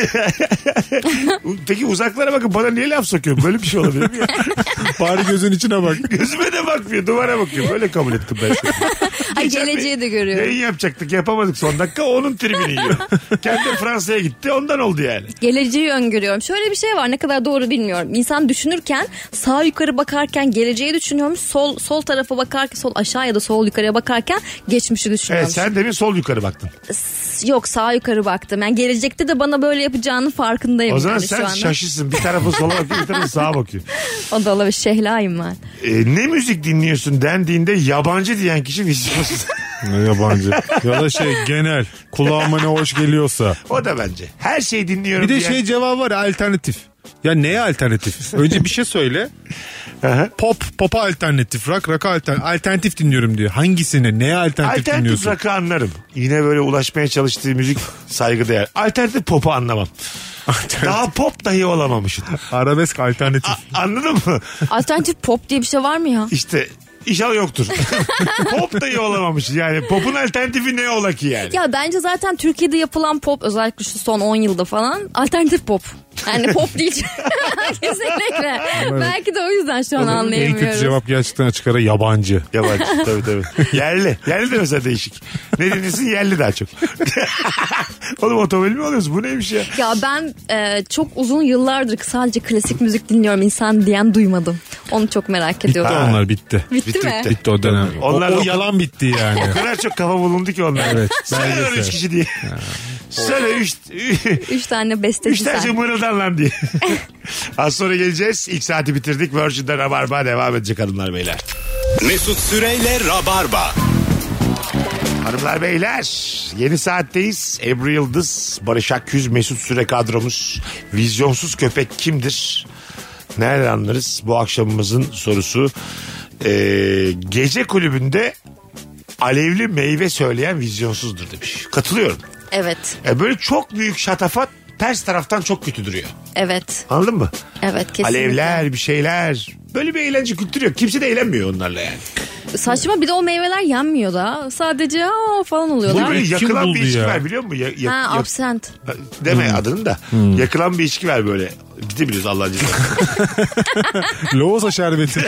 Peki uzaklara bakın bana niye laf sokuyor? Böyle bir şey olabilir mi ya? Bari gözün içine bak. Gözüme de bakmıyor duvara bakıyor. Böyle kabul ettim ben seni. Ay, Geçen geleceği bir de görüyorum. Yayın yapacaktık yapamadık son dakika onun tribini yiyor. Kendi Fransa'ya gitti ondan oldu yani. Geleceği öngörüyorum. Şöyle bir şey var, ne kadar doğru bilmiyorum. İnsan düşünürken sağ yukarı bakarken geleceği düşünüyormuş. Sol tarafa bakarken, sol aşağı ya da sol yukarıya bakarken geçmişi Evet düşünüyormuş. sen demin sol yukarı baktın. Yok, sağ yukarı baktım. Yani gelecekte de bana böyle yapacağının farkındayım. O zaman yani sen şu anda. şaşırsın. Bir tarafı sola bakıyor bir tarafı sağa bakıyor. O da olabilir. Şehlayım ben. Ne müzik dinliyorsun dendiğinde yabancı diyen kişi vizyonsuz. Ne yabancı. Ya da genel. Kulağıma ne hoş geliyorsa. O da bence. Her şeyi dinliyorum Bir de diyen. cevabı var ya, alternatif. Ya neye alternatif? Önce bir şey söyle. Aha. Pop'a alternatif, rock'a alternatif dinliyorum diyor. Hangisine, neye alternatif Alternatif dinliyorsun? rock'ı anlarım. Yine böyle ulaşmaya çalıştığı müzik saygıdeğer. Alternatif pop'u anlamam. Daha pop dahi olamamışım. Arabesk alternatif. Anladın mı? Alternatif pop diye bir şey var mı ya? İşte İnşallah yoktur. Pop dahi olamamış. Yani popun alternatifi ne ola ki yani? Ya bence zaten Türkiye'de yapılan pop, özellikle şu son 10 yılda falan, alternatif pop. Yani pop değil. Kesinlikle. Belki de o yüzden şu an En anlayamıyoruz. kötü cevap gerçekten açık ara yabancı. Yabancı tabii. Yerli. Yerli de mesela değişik. Ne dinliyorsun? Yerli daha çok. Oğlum otomobil mi alıyorsun? Bu neymiş ya? Ya ben çok uzun yıllardır sadece klasik müzik dinliyorum insan diyen duymadım. Onu çok merak Bitti ediyorum. onlar bitti. Bitti mi? bitti. Bitti o dönem. Onlar o da- yalan bitti yani. O kadar çok kafa bulundu ki onlar. Evet, Söyle belgesel. lan 3 kişi diye. Söyle 3 tane besteci 3 tane sen. mırıldan lan diye. Az sonra geleceğiz. İlk saati bitirdik. Virgin'de Rabarba devam edecek hanımlar beyler. Mesut Süreyle Rabarba. Hanımlar beyler yeni saatteyiz. Ebru Yıldız, Barış Akyüz, Mesut Süre kadromuz. Vizyonsuz köpek kimdir? Nereden anlarız? Bu akşamımızın sorusu. Gece kulübünde alevli meyve söyleyen vizyonsuzdur demiş. Katılıyorum. Evet. Böyle çok büyük şatafat ters taraftan çok kötü duruyor. Evet. Anladın mı? Evet, kesinlikle. Alevler bir şeyler. Böyle bir eğlence kültürü yok. Kimse de eğlenmiyor onlarla yani. Saçma, bir de o meyveler yenmiyor da. Sadece falan oluyorlar. Bu böyle Kim yakılan buldu bir içki ya? var biliyor musun? Ha, absent. Deme adını da. Yakılan bir içki var böyle. Biz de biliyoruz Allah'ın cezası. Loğusa şerbeti.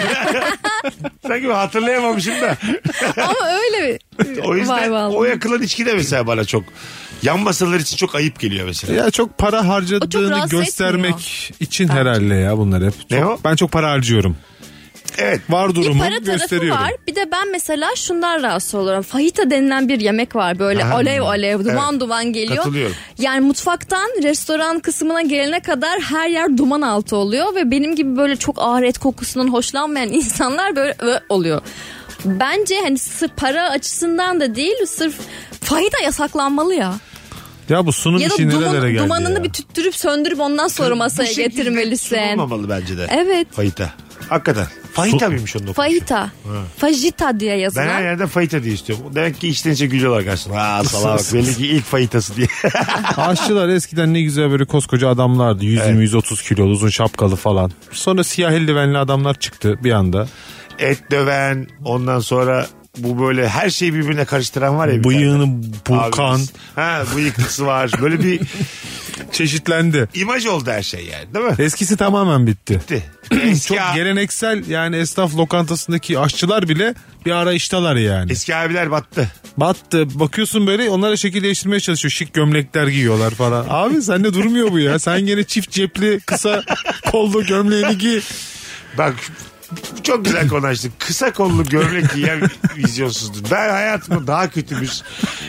Sanki hatırlayamamışım da. Ama öyle O yüzden var vallahi. o yakılan içki de mesela bana çok yan masalar için çok ayıp geliyor mesela. Ya çok para O çok harcadığını rahatsız göstermek için herhalde ya bunlar hep. Ne Çok- o? Ben çok para harcıyorum. Evet. Var Bir durumu para tarafı gösteriyorum. var. Bir de ben mesela şundan rahatsız oluyorum. Fajita denilen bir yemek var. Böyle Aha. alev alev, duman Evet. duman geliyor. Katılıyorum. Yani mutfaktan restoran kısmına gelene kadar her yer duman altı oluyor. Ve benim gibi böyle çok ağır et kokusundan hoşlanmayan insanlar böyle oluyor. Bence hani sırf para açısından da değil, sırf fajita yasaklanmalı ya. Ya bu sunum Ya da işi nerelere geldi dumanını ya? bir tüttürüp söndürüp ondan sonra masaya Bu şekilde getirmelisin. sunulmamalı bence de. Evet. Fajita. Hakikaten. Fajita mıymış onun okunuş? Fajita. Fajita diye Ben her yazılan. yerde fajita diye istiyorum. Demek ki içten içe gülüyorlar karşısına. Aa salağa bak belli ki ilk fajitası diye. Aşçılar eskiden ne güzel böyle koskoca adamlardı. 120-130 kilolu uzun şapkalı falan. Sonra siyah eldivenli adamlar çıktı bir anda. Et döven ondan sonra bu böyle her şeyi birbirine karıştıran var ya. bir Bıyığını tane. burkan Abimiz. Ha bıyıklısı var. Böyle bir çeşitlendi. imaj oldu her şey yani değil mi? Eskisi tamamen bitti. Bitti. Eski, Çok geleneksel yani esnaf lokantasındaki aşçılar bile bir arayıştalar yani. eski abiler battı. Battı bakıyorsun böyle onlara şekil değiştirmeye çalışıyor. Şık gömlekler giyiyorlar falan. Abi sende durmuyor bu ya. Sen gene çift cepli kısa kollu gömleğini giy. Bak çok güzel konuştuk. Kısa kollu gömlek giyen vizyonsuzdur. Ben hayatımda daha kötü bir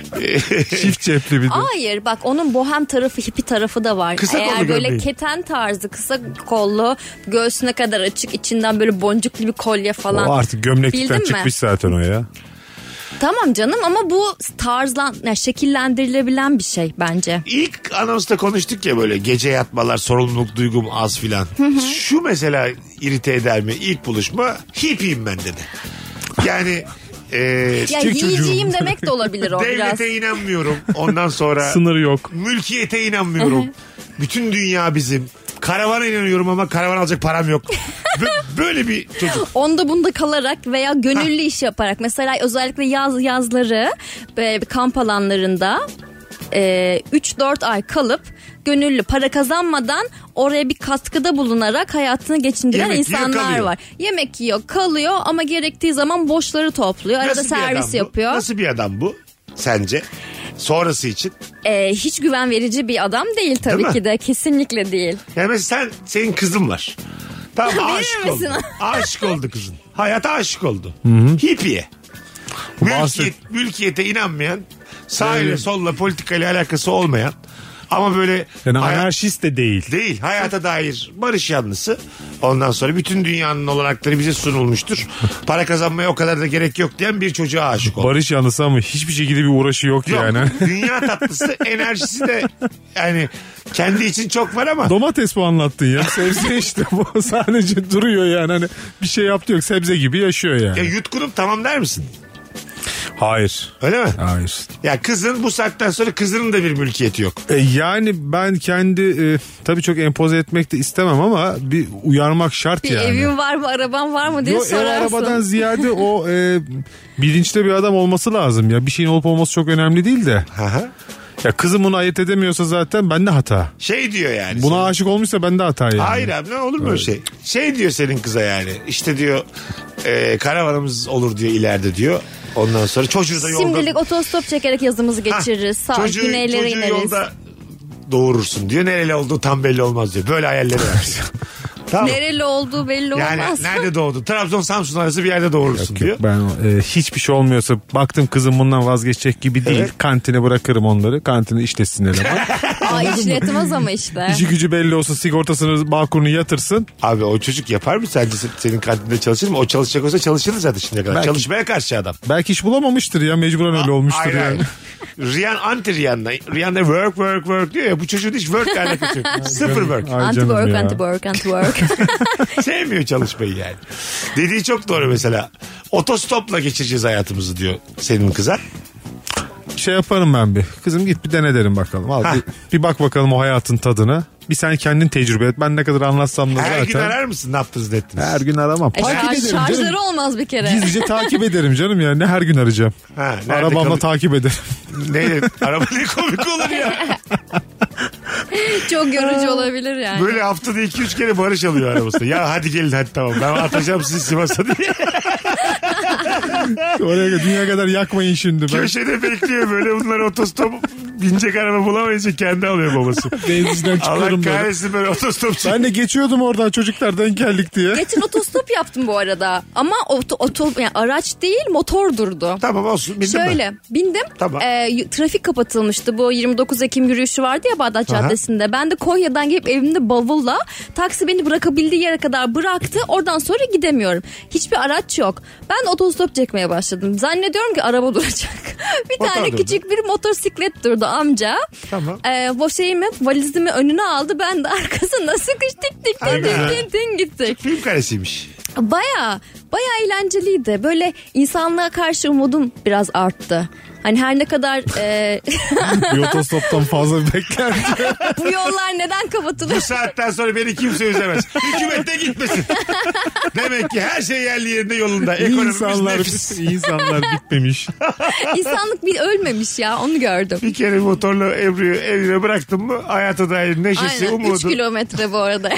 Çift cepli bir de. Hayır, bak onun bohem tarafı, hippie tarafı da var. Kısa Eğer kollu böyle gömleği. keten tarzı, kısa kollu, göğsüne kadar açık, içinden böyle boncuklu bir kolye falan. O artık gömleklikten Bildin mi? çıkmış zaten o ya. Tamam canım, ama bu yani şekillendirilebilen bir şey bence. İlk anonsta konuştuk ya böyle gece yatmalar sorumluluk duygum az filan. Şu mesela irite eder mi? İlk buluşma hippiyim ben dedi. Yani Ya yiyeceğim demek de olabilir o biraz. devlete inanmıyorum. Ondan sonra Sınırı yok. mülkiyete inanmıyorum. Bütün dünya bizim. Karavana inanıyorum ama karavan alacak param yok. Böyle bir çocuk. Onda bunda kalarak veya gönüllü iş yaparak. Mesela özellikle yazları böyle kamp alanlarında 3-4 ay kalıp gönüllü para kazanmadan oraya bir katkıda bulunarak hayatını geçindiren Yemek yiyor, insanlar kalıyor. var. Yemek yiyor, kalıyor ama gerektiği zaman boşları topluyor. Arada Nasıl bir adam servis bu? yapıyor. Nasıl bir adam bu sence? Sonrası için. Hiç güven verici bir adam değil tabii Değil mi? ki de. Kesinlikle değil. Yani mesela senin kızın var. Tamam Verir aşık misin? oldu. Aşık oldu kızın. Hayata aşık oldu. Hippiye. Mülkiyete inanmayan, sağıyla solla politikayla alakası olmayan ama böyle Yani anarşist de değil. değil, hayata dair barış yanlısı. Ondan sonra bütün dünyanın olanakları bize sunulmuştur. Para kazanmaya o kadar da gerek yok diyen bir çocuğa aşık oldu. Barış yanlısı ama hiçbir şekilde bir uğraşı yok, Yok, yani. dünya tatlısı, enerjisi de yani kendi için çok var ama. Domates bu anlattın ya. Sebze işte bu. Sadece duruyor yani. Hani bir şey yaptı yok. Sebze gibi yaşıyor yani. Ya yutkunup tamam der misin? Hayır. Öyle mi? Hayır. Ya kızın bu saatten sonra kızının da bir mülkiyeti yok. Yani ben kendi tabii çok empoze etmek de istemem ama bir uyarmak şart Bir yani. evin var mı, araban var mı diye Yo, ev sorarsın. arabadan ziyade o bilinçli bir adam olması lazım ya. Bir şeyin olup olması çok önemli değil de. Aha. Ya kızım bunu ayırt edemiyorsa zaten bende hata. Şey diyor yani. Buna senin- aşık olmuşsa bende hata yani. Hayır abi ne olur mu öyle şey? Şey diyor senin kıza yani. İşte diyor karavanımız olur diyor ileride diyor. Ondan sonra çocuğu da yolda. Şimdilik otostop çekerek yazımızı geçiririz. Sağ güneylere ineriz. yolda doğurursun diyor. Nereli olduğu tam belli olmaz diyor. Böyle hayalleri var. Tamam. Nereli olduğu belli Yani olmaz. nerede doğdu? Trabzon Samsun arası bir yerde doğurursun diyor. Yok, ben hiçbir şey olmuyorsa baktım kızım bundan vazgeçecek gibi değil. Evet. Kantine bırakırım onları. Kantine işlesin eleman. Aa, işletmez ama işte. İşi gücü belli olsun, sigortasını Bağkur'unu yatırsın. Abi o çocuk yapar mı sence senin kantinde çalışır mı? O çalışacak olsa çalışırdı zaten şimdiye kadar. Belki. Çalışmaya karşı adam. Belki iş bulamamıştır ya, mecburen öyle olmuştur Aynen. yani. Riyan anti Riyan'da. Riyan'da work diyor ya. Bu çocuğun hiç work'le alakası yok. Sıfır work. Ay canım Anti-work, ya. anti-work, anti-work. Sevmiyor çalışmayı yani. Dediği çok doğru mesela. Otostopla geçireceğiz hayatımızı diyor senin kıza. Şey yaparım ben bir. Kızım git bir dene derim bakalım. Al, bir bak bakalım o hayatın tadına. Bir sen kendin tecrübe et. Ben ne kadar anlatsam da Her zaten. gün arar mısın ne yaptınız ne ettiniz? Her gün aramam. Takip ederim canım. Şarjları olmaz bir kere. Gizlice takip ederim canım ya. Ne her gün arayacağım. Ha, nerede Arabamla takip ederim. Ne? Araba ne komik olur ya. Çok yorucu olabilir yani. Böyle haftada 2-3 kere Barış alıyor arabasında. Ya hadi gelin hadi tamam. Ben atacağım sizi Sivas'a diye. Oraya dünya kadar yakmayın şimdi. Ben Köşede bekliyor böyle bunlar otostop binecek araba bulamayınca kendi alıyor babası. benzinden Allah çıkarım böyle. kahretsin böyle otostopçu. Ben de geçiyordum oradan, çocuklar denk geldik diye. Geçen otostop yaptım bu arada. Ama yani araç değil, motor durdu. Tamam olsun bildin mi? Şöyle bindim. Tamam. Trafik kapatılmıştı. Bu 29 Ekim yürüyüşü vardı ya Bağdat Aha. Caddesi'nde. Ben de Konya'dan gelip evimde bavulla taksi beni bırakabildiği yere kadar bıraktı. Oradan sonra gidemiyorum. Hiçbir araç yok. Ben otostop çekmeye başladım. Zannediyorum ki araba duracak. Bir Motor tane durdu. küçük bir motosiklet durdu amca. Tamam. Bu valizimi önüne aldı. Ben de arkasına sıkıştık dik Ay be. gittik. Film karesiymiş. Baya eğlenceliydi. Böyle insanlığa karşı umudum biraz arttı. Hani her ne kadar Bir otostoptan fazla bir beklenti. bu yollar neden kapatılıyor? Bu saatten sonra beni kimse üzemez. Hükümette gitmesin. Demek ki her şey yerli yerinde yolunda. Ekonomimiz nefis. insanlar bitmemiş. İnsanlık bir ölmemiş ya, onu gördüm. Bir kere motorla Ebru'yu evine bıraktın mı hayata dair neşesi, Aynen 3 umudu. kilometre bu arada.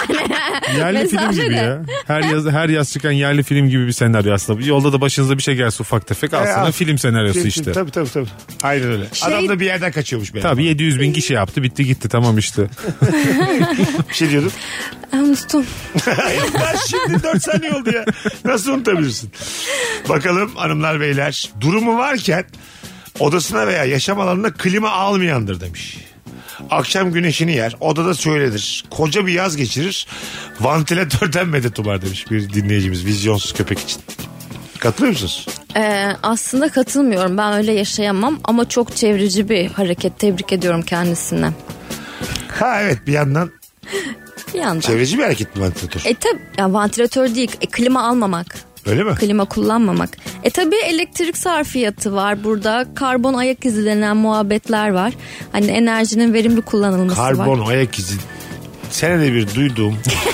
Yerli film Mesafe gibi de. ya. Her yaz çıkan yerli film gibi bir senaryo aslında. Yolda da başınıza bir şey gelse ufak tefek al sana al. film senaryosu işte. Tabii. Aynen öyle. Adam da bir yerden kaçıyormuş benim. Tabii 700 bin kişi yaptı, bitti gitti, tamam işte. Bir şey diyordum. Unuttum. Daha şimdi 4 saniye oldu ya. Nasıl unutabilirsin? Bakalım hanımlar beyler. Durumu varken odasına veya yaşam alanına klima almayandır demiş. Akşam güneşini yer. Odada söyledir. Koca bir yaz geçirir. Vantilatörden medet umar demiş bir dinleyicimiz. Vizyonsuz köpek için. Katılıyor musunuz? Aslında katılmıyorum. Ben öyle yaşayamam ama çok çevreci bir hareket. Tebrik ediyorum kendisine. Ha evet bir yandan Bir yandan. çevreci bir hareket mi vantilatör? Tabii yani vantilatör değil, klima almamak. Öyle mi? Klima kullanmamak. Tabii elektrik sarfiyatı var burada. Karbon ayak izi denen muhabbetler var. Hani enerjinin verimli kullanılması var. Karbon ayak izi. Senede bir duyduğum.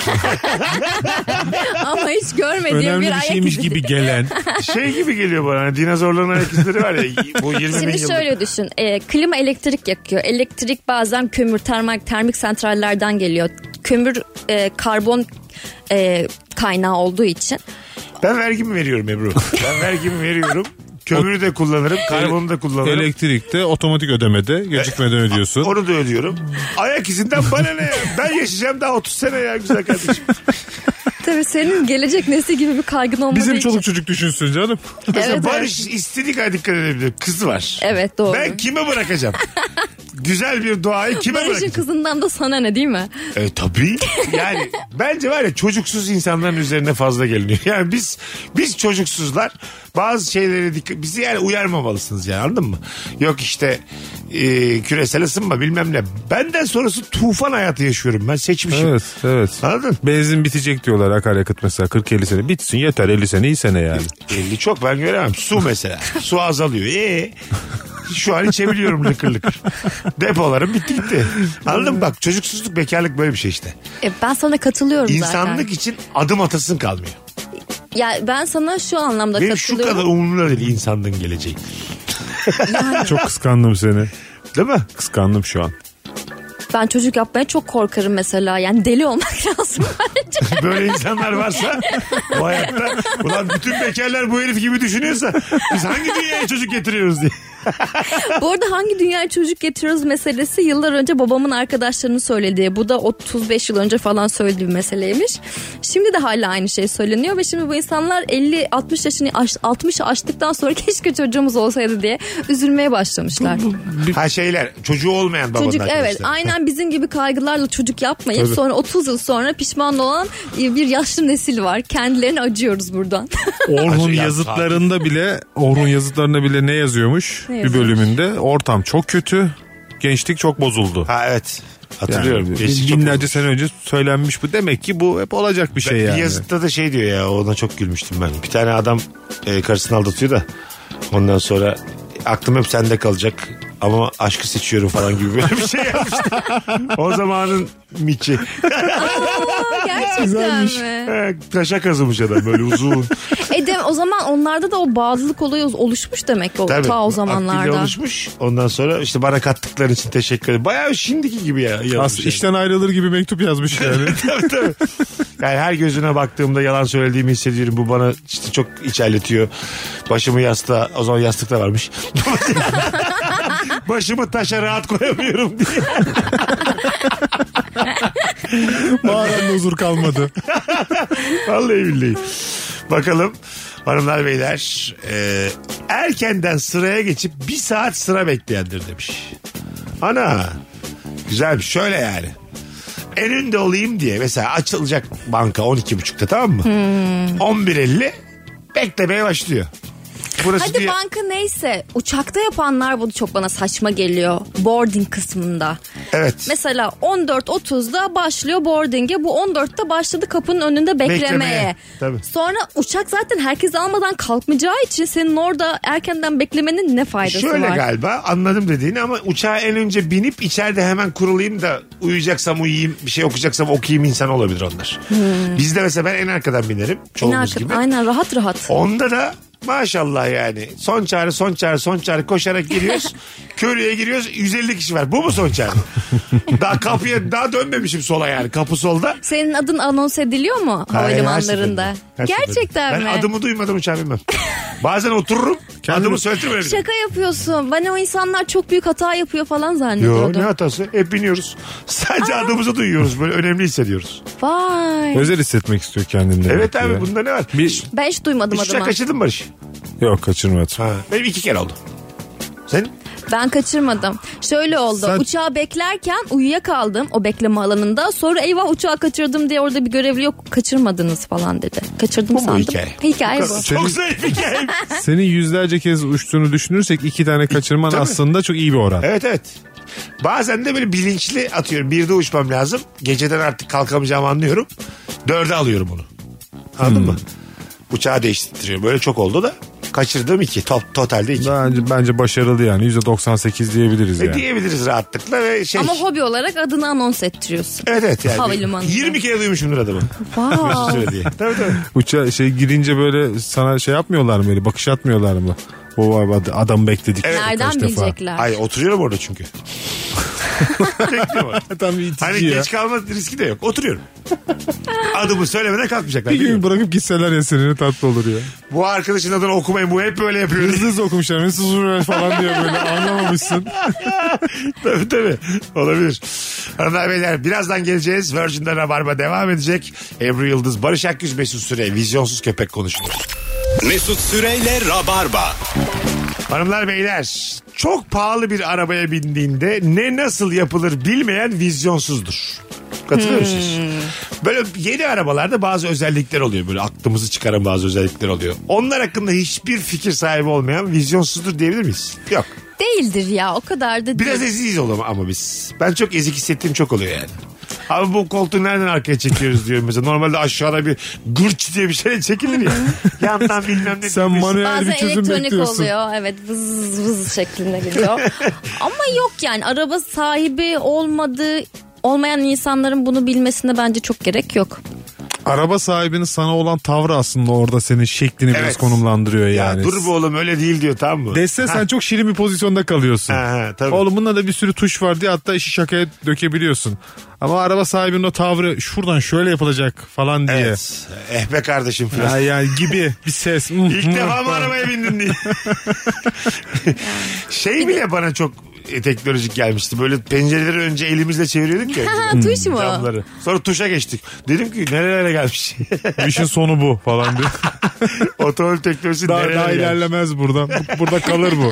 Ama hiç görmediğim Önemli bir bir ayak şeymiş izi. gibi gelen. Şey gibi geliyor bana. Hani dinozorların ayak izleri var ya. Bu 20 bin Şimdi yıllık. şöyle düşün. Klima elektrik yakıyor. Elektrik bazen kömür, termik santrallerden geliyor. Kömür karbon kaynağı olduğu için. Ben vergimi veriyorum Ebru. Ben vergimi veriyorum. Kömürü de kullanırım, karbonu da kullanırım. Elektrikte otomatik ödemede gecikmeden ödüyorsun. Onu da ödüyorum. Ayak izinden bana ne ya? Ben yaşayacağım daha 30 sene ya güzel kardeşim. Tabii senin gelecek nesil gibi bir kaygın olmadığı Bizim için. çoluk çocuk düşünsün canım. Mesela Evet, Barış istediği kadar dikkat edebilir. Kız var. Evet, doğru. Ben kime bırakacağım? Güzel bir doğayı kime Barış'ın bırakacağım? kızından da sana ne, değil mi? Tabii. Yani bence var ya çocuksuz insanların üzerine fazla geliniyor. Yani biz çocuksuzlar bazı şeyleri bizi yani uyarmamalısınız yani, anladın mı? Yok işte küresel ısınma bilmem ne. Benden sonrası tufan hayatı yaşıyorum ben, seçmişim. Evet, evet. Anladın? Benzin bitecek diyorlar akaryakıt mesela 40-50 sene. Bitsin yeter, 50 sene iyi sene yani. 50 çok ben göremem. Su mesela. Su azalıyor. Şu an içebiliyorum lıkır lıkır. Depolarım bitti gitti. Anladın mı? Bak çocuksuzluk, bekarlık böyle bir şey işte. Ben sana katılıyorum zaten. İnsanlık için adım atasın kalmıyor. Ya ben sana şu anlamda Benim şu katılıyorum. kadar umurumda değil insanlığın geleceği. Çok kıskandım seni. Değil mi? Kıskandım şu an. Ben çocuk yapmaya çok korkarım mesela. Yani deli olmak lazım bence. Böyle insanlar varsa bu hayatta, ulan bütün bekarlar bu herif gibi düşünüyorsa biz hangi dünyaya çocuk getiriyoruz diye. Bu arada hangi dünyaya çocuk getiriyoruz meselesi yıllar önce babamın arkadaşlarının söylediği. Bu da 35 yıl önce falan söylediği bir meseleymiş. Şimdi de hala aynı şey söyleniyor ve şimdi bu insanlar 50-60 yaşını 60'ı aştıktan sonra keşke çocuğumuz olsaydı diye üzülmeye başlamışlar. Ha şeyler, çocuğu olmayan babanın Çocuk, arkadaşları. evet, aynen bizim gibi kaygılarla çocuk yapmayıp sonra 30 yıl sonra pişman olan bir yaşlı nesil var. Kendilerine acıyoruz buradan. Orhun Acı yazıtlarında bile ne yazıyormuş? Ne Bir yazıyormuş? bölümünde ortam çok kötü, gençlik çok bozuldu. Ha evet. Hatırlıyorum. Yani Gençlik çok binlerce olmuş. sene önce söylenmiş bu. Demek ki bu hep olacak bir şey yani. Bir yazıtta da şey diyor ya, ona çok gülmüştüm ben. Bir tane adam karısını aldatıyor da ondan sonra aklım hep sende kalacak ama aşkı seçiyorum falan gibi böyle bir şey yapmıştı. O zamanın miçi. Gerçekten mi? Taşa kazımış adam böyle uzun. O zaman onlarda da o bağlılık olayı oluşmuş demek o, Tabii, ta o akbilde zamanlarda. oluşmuş. Ondan sonra işte bana kattıkları için teşekkür ederim. Bayağı şimdiki gibi ya. Aslında işten ayrılır gibi mektup yazmış yani. Tabii tabii. Yani her gözüne baktığımda yalan söylediğimi hissediyorum. Bu bana işte çok içerletiyor. Başımı yastığa, o zaman yastık da varmış. Başımı taşa rahat koyamıyorum diye. Mağaranda huzur kalmadı. Vallahi billahi. Bakalım hanımlar beyler, erkenden sıraya geçip 1 saat sıra bekleyendir demiş. Ana güzelmiş, şöyle yani. En önde olayım diye mesela açılacak banka 12.30'da, tamam mı? 11.50 beklemeye başlıyor. Burası Hadi diye... banka neyse, uçakta yapanlar bunu çok bana saçma geliyor. Boarding kısmında. Evet. Mesela 14.30'da başlıyor boarding'e. Bu 14'te başladı kapının önünde beklemeye. Tabii. Sonra uçak zaten herkes almadan kalkmayacağı için senin orada erkenden beklemenin ne faydası Şöyle var? galiba anladım dediğini, ama uçağa en önce binip içeride hemen kurulayım da uyuyacaksam uyuyayım, bir şey okuyacaksam okuyayım insan olabilir onlar. Bizde mesela ben en arkadan binerim. Çoğumuz gibi. Aynen, rahat rahat. Onda da maşallah yani son çare koşarak giriyoruz. Köylüye giriyoruz, 150 kişi var. Bu mu son çare? Daha kapıya daha dönmemişim sola yani. Kapı solda. Senin adın anons ediliyor mu havalimanlarında? Her Gerçekten seferinde. mi? Ben adımı duymadım uçağa binmem. Bazen otururum. Adımı söyletirmem. Şaka yapıyorsun. Ben o insanlar çok büyük hata yapıyor falan Yo, zannediyordum. ne hatası? Hep biniyoruz. Sadece adımızı duyuyoruz. Böyle önemli hissediyoruz. Vay. Özel hissetmek istiyor kendini. Evet abi, bunda ne var? Ben hiç duymadım Hiç uçak adımı. kaçırdın mı Barış? Yok, kaçırmadım. Ha, benim 2 kere oldu. Senin? Ben kaçırmadım. Şöyle oldu. Sen- Uçağa beklerken uyuyakaldım o bekleme alanında. Sonra eyvah uçağı kaçırdım diye orada bir görevli yok. Kaçırmadınız falan dedi. Kaçırdım Bu mu sandım. hikaye? Hikaye bu. Çok zayıf hikaye. Senin yüzlerce kez uçtuğunu düşünürsek 2 tane kaçırman Tabii. aslında çok iyi bir oran. Evet evet. Bazen de böyle bilinçli atıyorum. 1'de uçmam lazım. Geceden artık kalkamayacağımı anlıyorum. 4'e alıyorum bunu. Anladın mı? Uçağı değiştiriyorum. Böyle çok oldu da. Kaçırdığım 2. Totalde 2. Bence başarılı yani. %98 diyebiliriz yani. Diyebiliriz rahatlıkla ve Ama hobi olarak adını anons ettiriyorsun. Evet yani. Havalimanında. 20 kere duymuşumdur adamı. Wow. Diye. Tabii. Uçağa girince böyle sana şey yapmıyorlar mı, böyle bakış atmıyorlar mı? O adam bekledik. Evet. Nereden bilecekler? Ay oturuyorum orada çünkü. Bekliyorum. Tam itici Hani ya. geç kalma riski de yok. Oturuyorum. Adımı söylemeden kalkmayacaklar. Bir gün bırakıp gitseler ya, senin tatlı olur ya. Bu arkadaşın adını okumayın. Bu hep böyle yapıyor. Hızlı okumuşlar. Hızlı falan diye böyle anlamamışsın. Tabii. Olabilir. Hanımlar beyler birazdan geleceğiz. Virgin'de Rabarba devam edecek. Ebru Yıldız, Barış Akgüz, Mesut Süre. Vizyonsuz köpek konuşulur. Mesut Süreyle Rabarba. Hanımlar beyler, çok pahalı bir arabaya bindiğinde ne nasıl yapılır bilmeyen vizyonsuzdur. Katılıyor musunuz? Böyle yeni arabalarda bazı özellikler oluyor. Böyle aklımızı çıkaran bazı özellikler oluyor. Onlar hakkında hiçbir fikir sahibi olmayan vizyonsuzdur diyebilir miyiz? Yok. Değildir ya, o kadar da değil. Biraz eziyiz olalım ama biz. Ben çok ezik hissettiğim çok oluyor yani. Abi bu koltuğu nereden arkaya çekiyoruz diyorum mesela. Normalde aşağıda bir gırç diye bir şey çekilir ya. Yandan bilmem ne. Sen manuel Bazen bir çözüm elektronik bekliyorsun. oluyor. Evet, vız vız şeklinde gidiyor. Ama yok yani, araba sahibi olmayan insanların bunu bilmesine bence çok gerek yok. Araba sahibinin sana olan tavrı aslında orada senin şeklini biraz Evet. konumlandırıyor Ya yani. dur bu oğlum öyle değil diyor, tamam mı? Dese sen çok şirin bir pozisyonda kalıyorsun. Tabii. Oğlum bunda da bir sürü tuş var diye hatta işi şakaya dökebiliyorsun. Ama araba sahibinin o tavrı şuradan şöyle yapılacak falan diye. Evet. Be kardeşim falan. Ya yani gibi bir ses. İlk defa mı arabaya bindin diye. Şey bile bana çok teknolojik gelmişti. Böyle pencereleri önce elimizle çeviriyorduk ya. Tuş mu? Camları. Sonra tuşa geçtik. Dedim ki nerelere gelmiş. İşin sonu bu falan diye. Otomobil teknolojisi Daha nerelere gelmiş. ilerlemez buradan. Burada kalır bu.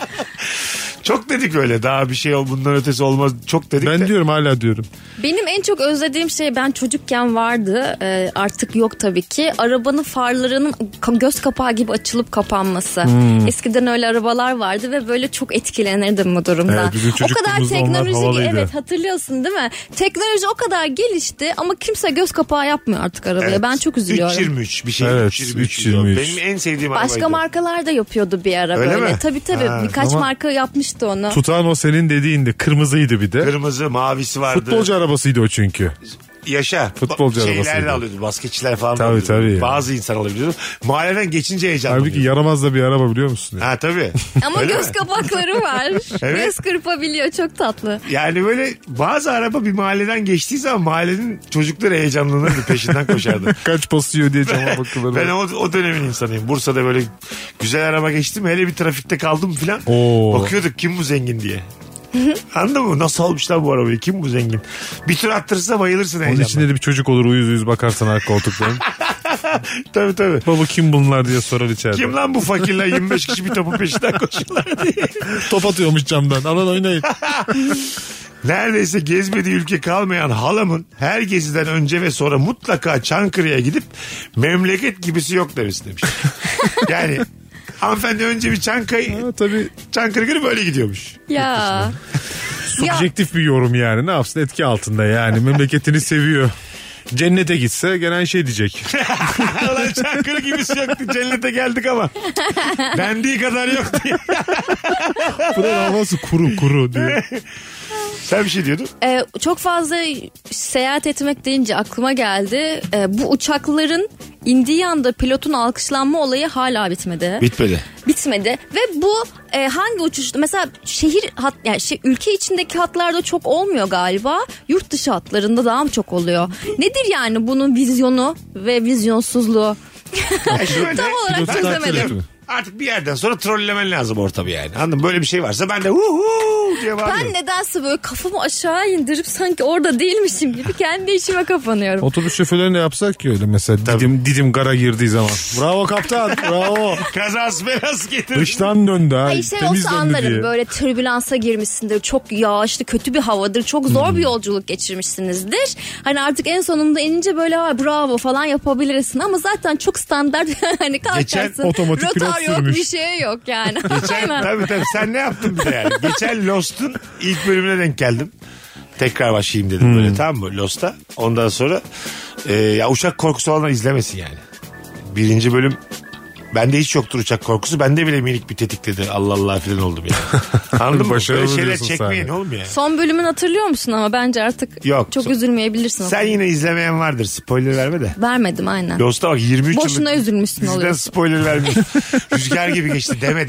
Çok dedik öyle. Daha bir şey bundan ötesi olmaz. Çok dedik de. Ben diyorum, hala diyorum. Benim en çok özlediğim şey, ben çocukken vardı, artık yok tabii ki. Arabanın farlarının göz kapağı gibi açılıp kapanması. Eskiden öyle arabalar vardı ve böyle çok etkilenirdim bu durumdan. Evet, bizim O kadar çocukluğumuzda onlar teknoloji, havalıydı. evet, hatırlıyorsun değil mi? Teknoloji o kadar gelişti ama kimse göz kapağı yapmıyor artık arabaya. Evet. Ben çok üzülüyorum. 323 bir şey. Evet, 323. Benim en sevdiğim arabaydı. Başka markalar da yapıyordu bir ara Öyle böyle. mi? Tabii. Ha, Birkaç ama marka yapmıştı onu. Tutan o senin dediğindi. Kırmızıydı bir de. Kırmızı, mavisi vardı. Futbolcu arabasıydı o çünkü. Yaşa. Futbolcu Şeyler arabasıydı. de alıyordu. Basketçiler falan da Tabii, alıyordu. tabii. Bazı insan alabiliyordu. Mahalleden geçince heyecanlanıyor. Halbuki yaramaz da bir araba, biliyor musun? Ha tabii. Ama Öyle göz mi? kapakları var. Evet. Göz kırpabiliyor, çok tatlı. Yani böyle bazı araba bir mahalleden geçtiği zaman mahallenin çocukları heyecanlanırdı, peşinden koşardı. Kaç basıyor diye cama bakılır. Ben o dönemin insanıyım. Bursa'da böyle güzel araba geçtim. Hele bir trafikte kaldım filan. Oo. Bakıyorduk kim bu zengin diye. Anladın mı? Nasıl almışlar bu arabayı? Kim bu zengin? Bir tur attırırsa bayılırsın Onun heyecandan. içinde de bir çocuk olur, uyuz bakarsan arka koltukların. Tabii. Baba kim bunlar diye sorar içeride. Kim lan bu fakirler? 25 kişi bir topun peşinden koşuyorlar diye. Top atıyormuş camdan. Alın oynayın. Neredeyse gezmediği ülke kalmayan halamın her geziden önce ve sonra mutlaka Çankırı'ya gidip memleket gibisi yok demiş. Yani hanımefendi önce bir Tabii Çankırı günü böyle gidiyormuş. Ya. subjektif bir yorum yani. Ne yapsın, etki altında yani. Memleketini seviyor. Cennete gitse gelen şey diyecek. Ulan Çankırı gibisi yoktu. Cennete geldik ama. Dendiği kadar yok diye. Buranın havası kuru diye. Sen bir şey diyordun. Çok fazla seyahat etmek deyince aklıma geldi. Bu uçakların indiği anda pilotun alkışlanma olayı hala bitmedi. Bitmedi ve bu hangi uçuşta mesela ülke içindeki hatlarda çok olmuyor galiba, yurt dışı hatlarında daha mı çok oluyor? Nedir yani bunun vizyonu ve vizyonsuzluğu? Tam olarak çözemedim. Artık bir yerden sonra trollemen lazım ortamı yani. Anladın mı? Böyle bir şey varsa ben de diye bağırıyorum. Ben nedense böyle kafamı aşağı indirip sanki orada değilmişim gibi kendi işime kapanıyorum. Otobüs şoförlerine yapsak ki öyle mesela. Didim gara girdiği zaman. Bravo kaptan, bravo. Kazası belası getirdi. Dıştan döndü ha. Ay Temiz olsa döndü anlarım, diye. böyle türbülansa girmişsindir, çok yağışlı kötü bir havadır, çok zor bir yolculuk geçirmişsinizdir. Hani artık en sonunda inince böyle bravo falan yapabilirsin ama zaten çok standart hani kalkarsın. otomatik pilot rotar yok, sürmüş. bir şey yok yani. Tabii sen ne yaptın bir de yani. Geçen Lost'un ilk bölümüne denk geldim. Tekrar başlayayım dedim böyle, tamam mı, Lost'a. Ondan sonra ya uçak korkusu olanlar izlemesin yani. birinci bölüm bende hiç yoktur uçak korkusu. Bende bile minik bir tetikledi. Allah Allah filan oldum ya. Anladın mı? Başarılı Böyle şeyler diyorsun çekmeyin sen. oğlum ya. Son bölümünü hatırlıyor musun ama bence artık Yok. çok üzülmeyebilirsin. Sen yine izlemeyen vardır. Spoiler verme de. Vermedim aynen. Lost'a bak 23 yıllık. Boşuna üzülmüşsün Diziden oluyorsun. spoiler vermiyor. Rüzgar gibi geçti. Deme.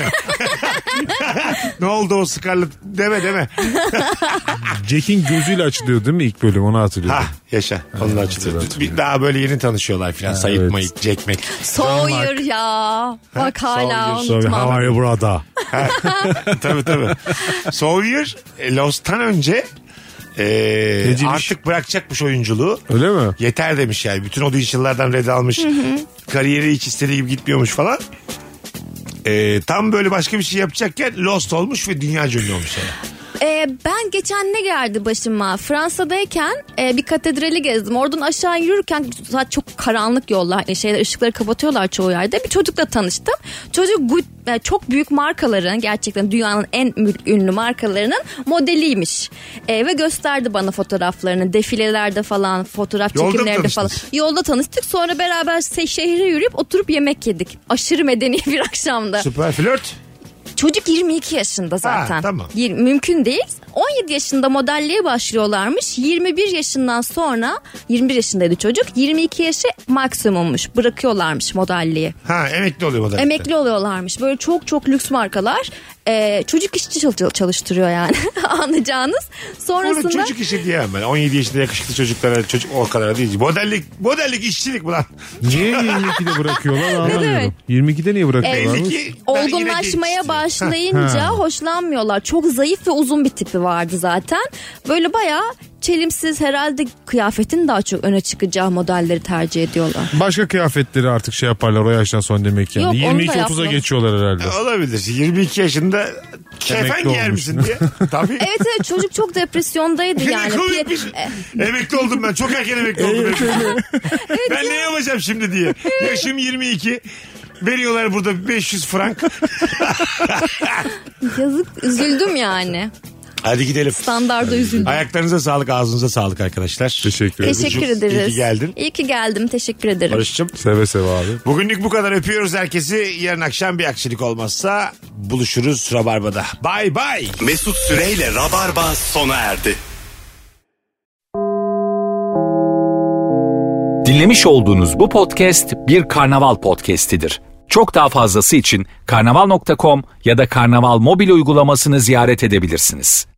Ne oldu o Scarlett? Deme. Jack'in gözüyle açılıyor değil mi ilk bölüm, onu hatırlıyorum. Ha yaşa. Onu da açılıyor. Bir daha böyle yeni tanışıyorlar filan. Sayıp evet. mayıp. Jack Mac. Sawyer ya. Bak hala Sawyer, Sorry, how unutmam. are you brother? Tabii. Sawyer Lost'tan önce Neciymiş? artık bırakacakmış oyunculuğu. Öyle mi? Yeter demiş yani. Bütün auditionlardan red almış. Kariyeri hiç istediği gibi gitmiyormuş falan. Tam böyle başka bir şey yapacakken Lost olmuş ve dünya ünlü olmuş yani. Ben geçen ne geldi başıma? Fransa'dayken bir katedrali gezdim. Oradan aşağı yürürken zaten çok karanlık yollar. Işıkları kapatıyorlar çoğu yerde. Bir çocukla tanıştım. Çocuk çok büyük markaların, gerçekten dünyanın en ünlü markalarının modeliymiş. Ve gösterdi bana fotoğraflarını. Defilelerde falan, fotoğraf Yolda çekimlerinde falan. tanıştınız. Yolda tanıştık. Sonra beraber şehre yürüyüp oturup yemek yedik. Aşırı medeni bir akşamda. Süper flört. Çocuk 22 yaşında zaten. Ha, tamam. Mümkün değil. 17 yaşında modelliğe başlıyorlarmış. 21 yaşından sonra, 21 yaşındaydı çocuk. 22 yaşı maksimummuş. Bırakıyorlarmış modelliği. Ha emekli oluyor model. Emekli oluyorlarmış. Böyle çok çok lüks markalar. Çocuk işçi çalıştırıyor yani. Anlayacağınız. Sonrasında... Bunu çocuk işi diyemem ben. 17 yaşında yakışıklı çocuklara çocuk o kadar değil. Modellik işçilik bu lan. Niye 22'de bırakıyorlar demek? anlamıyorum. 22'de niye bırakıyorlar? Belli ki Olgunlaşmaya başlayınca Ha. hoşlanmıyorlar. Çok zayıf ve uzun bir tipi vardı zaten. Böyle bayağı çelimsiz, herhalde kıyafetin daha çok öne çıkacağı modelleri tercih ediyorlar. Başka kıyafetleri artık şey yaparlar o yaştan sonra demek yani. Yok, onu da 22-30'a yapmam. geçiyorlar herhalde. Olabilir. 22 yaşında kefen Emekli giyer olmuş. misin diye. Tabii. Evet çocuk çok depresyondaydı Ne yani. komikmiş. Emekli oldum ben. Çok erken emekli oldum. Ben ne yapacağım şimdi diye. Yaşım 22. Veriyorlar burada 500 frank. Yazık, üzüldüm yani. Hadi gidelim. Standarda üzüldüm. Ayaklarınıza sağlık, ağzınıza sağlık arkadaşlar. Teşekkür ederim. Teşekkür Burcu'm, ederiz. iyi ki geldin. İyi ki geldim. Teşekkür ederim. Barış'cığım. Seve seve abi. Bugünlük bu kadar, öpüyoruz herkesi. Yarın akşam bir aksilik olmazsa buluşuruz Rabarba'da. Bay bay. Mesut Süreyle Rabarba sona erdi. Dinlemiş olduğunuz bu podcast bir karnaval podcastidir. Çok daha fazlası için karnaval.com ya da karnaval mobil uygulamasını ziyaret edebilirsiniz.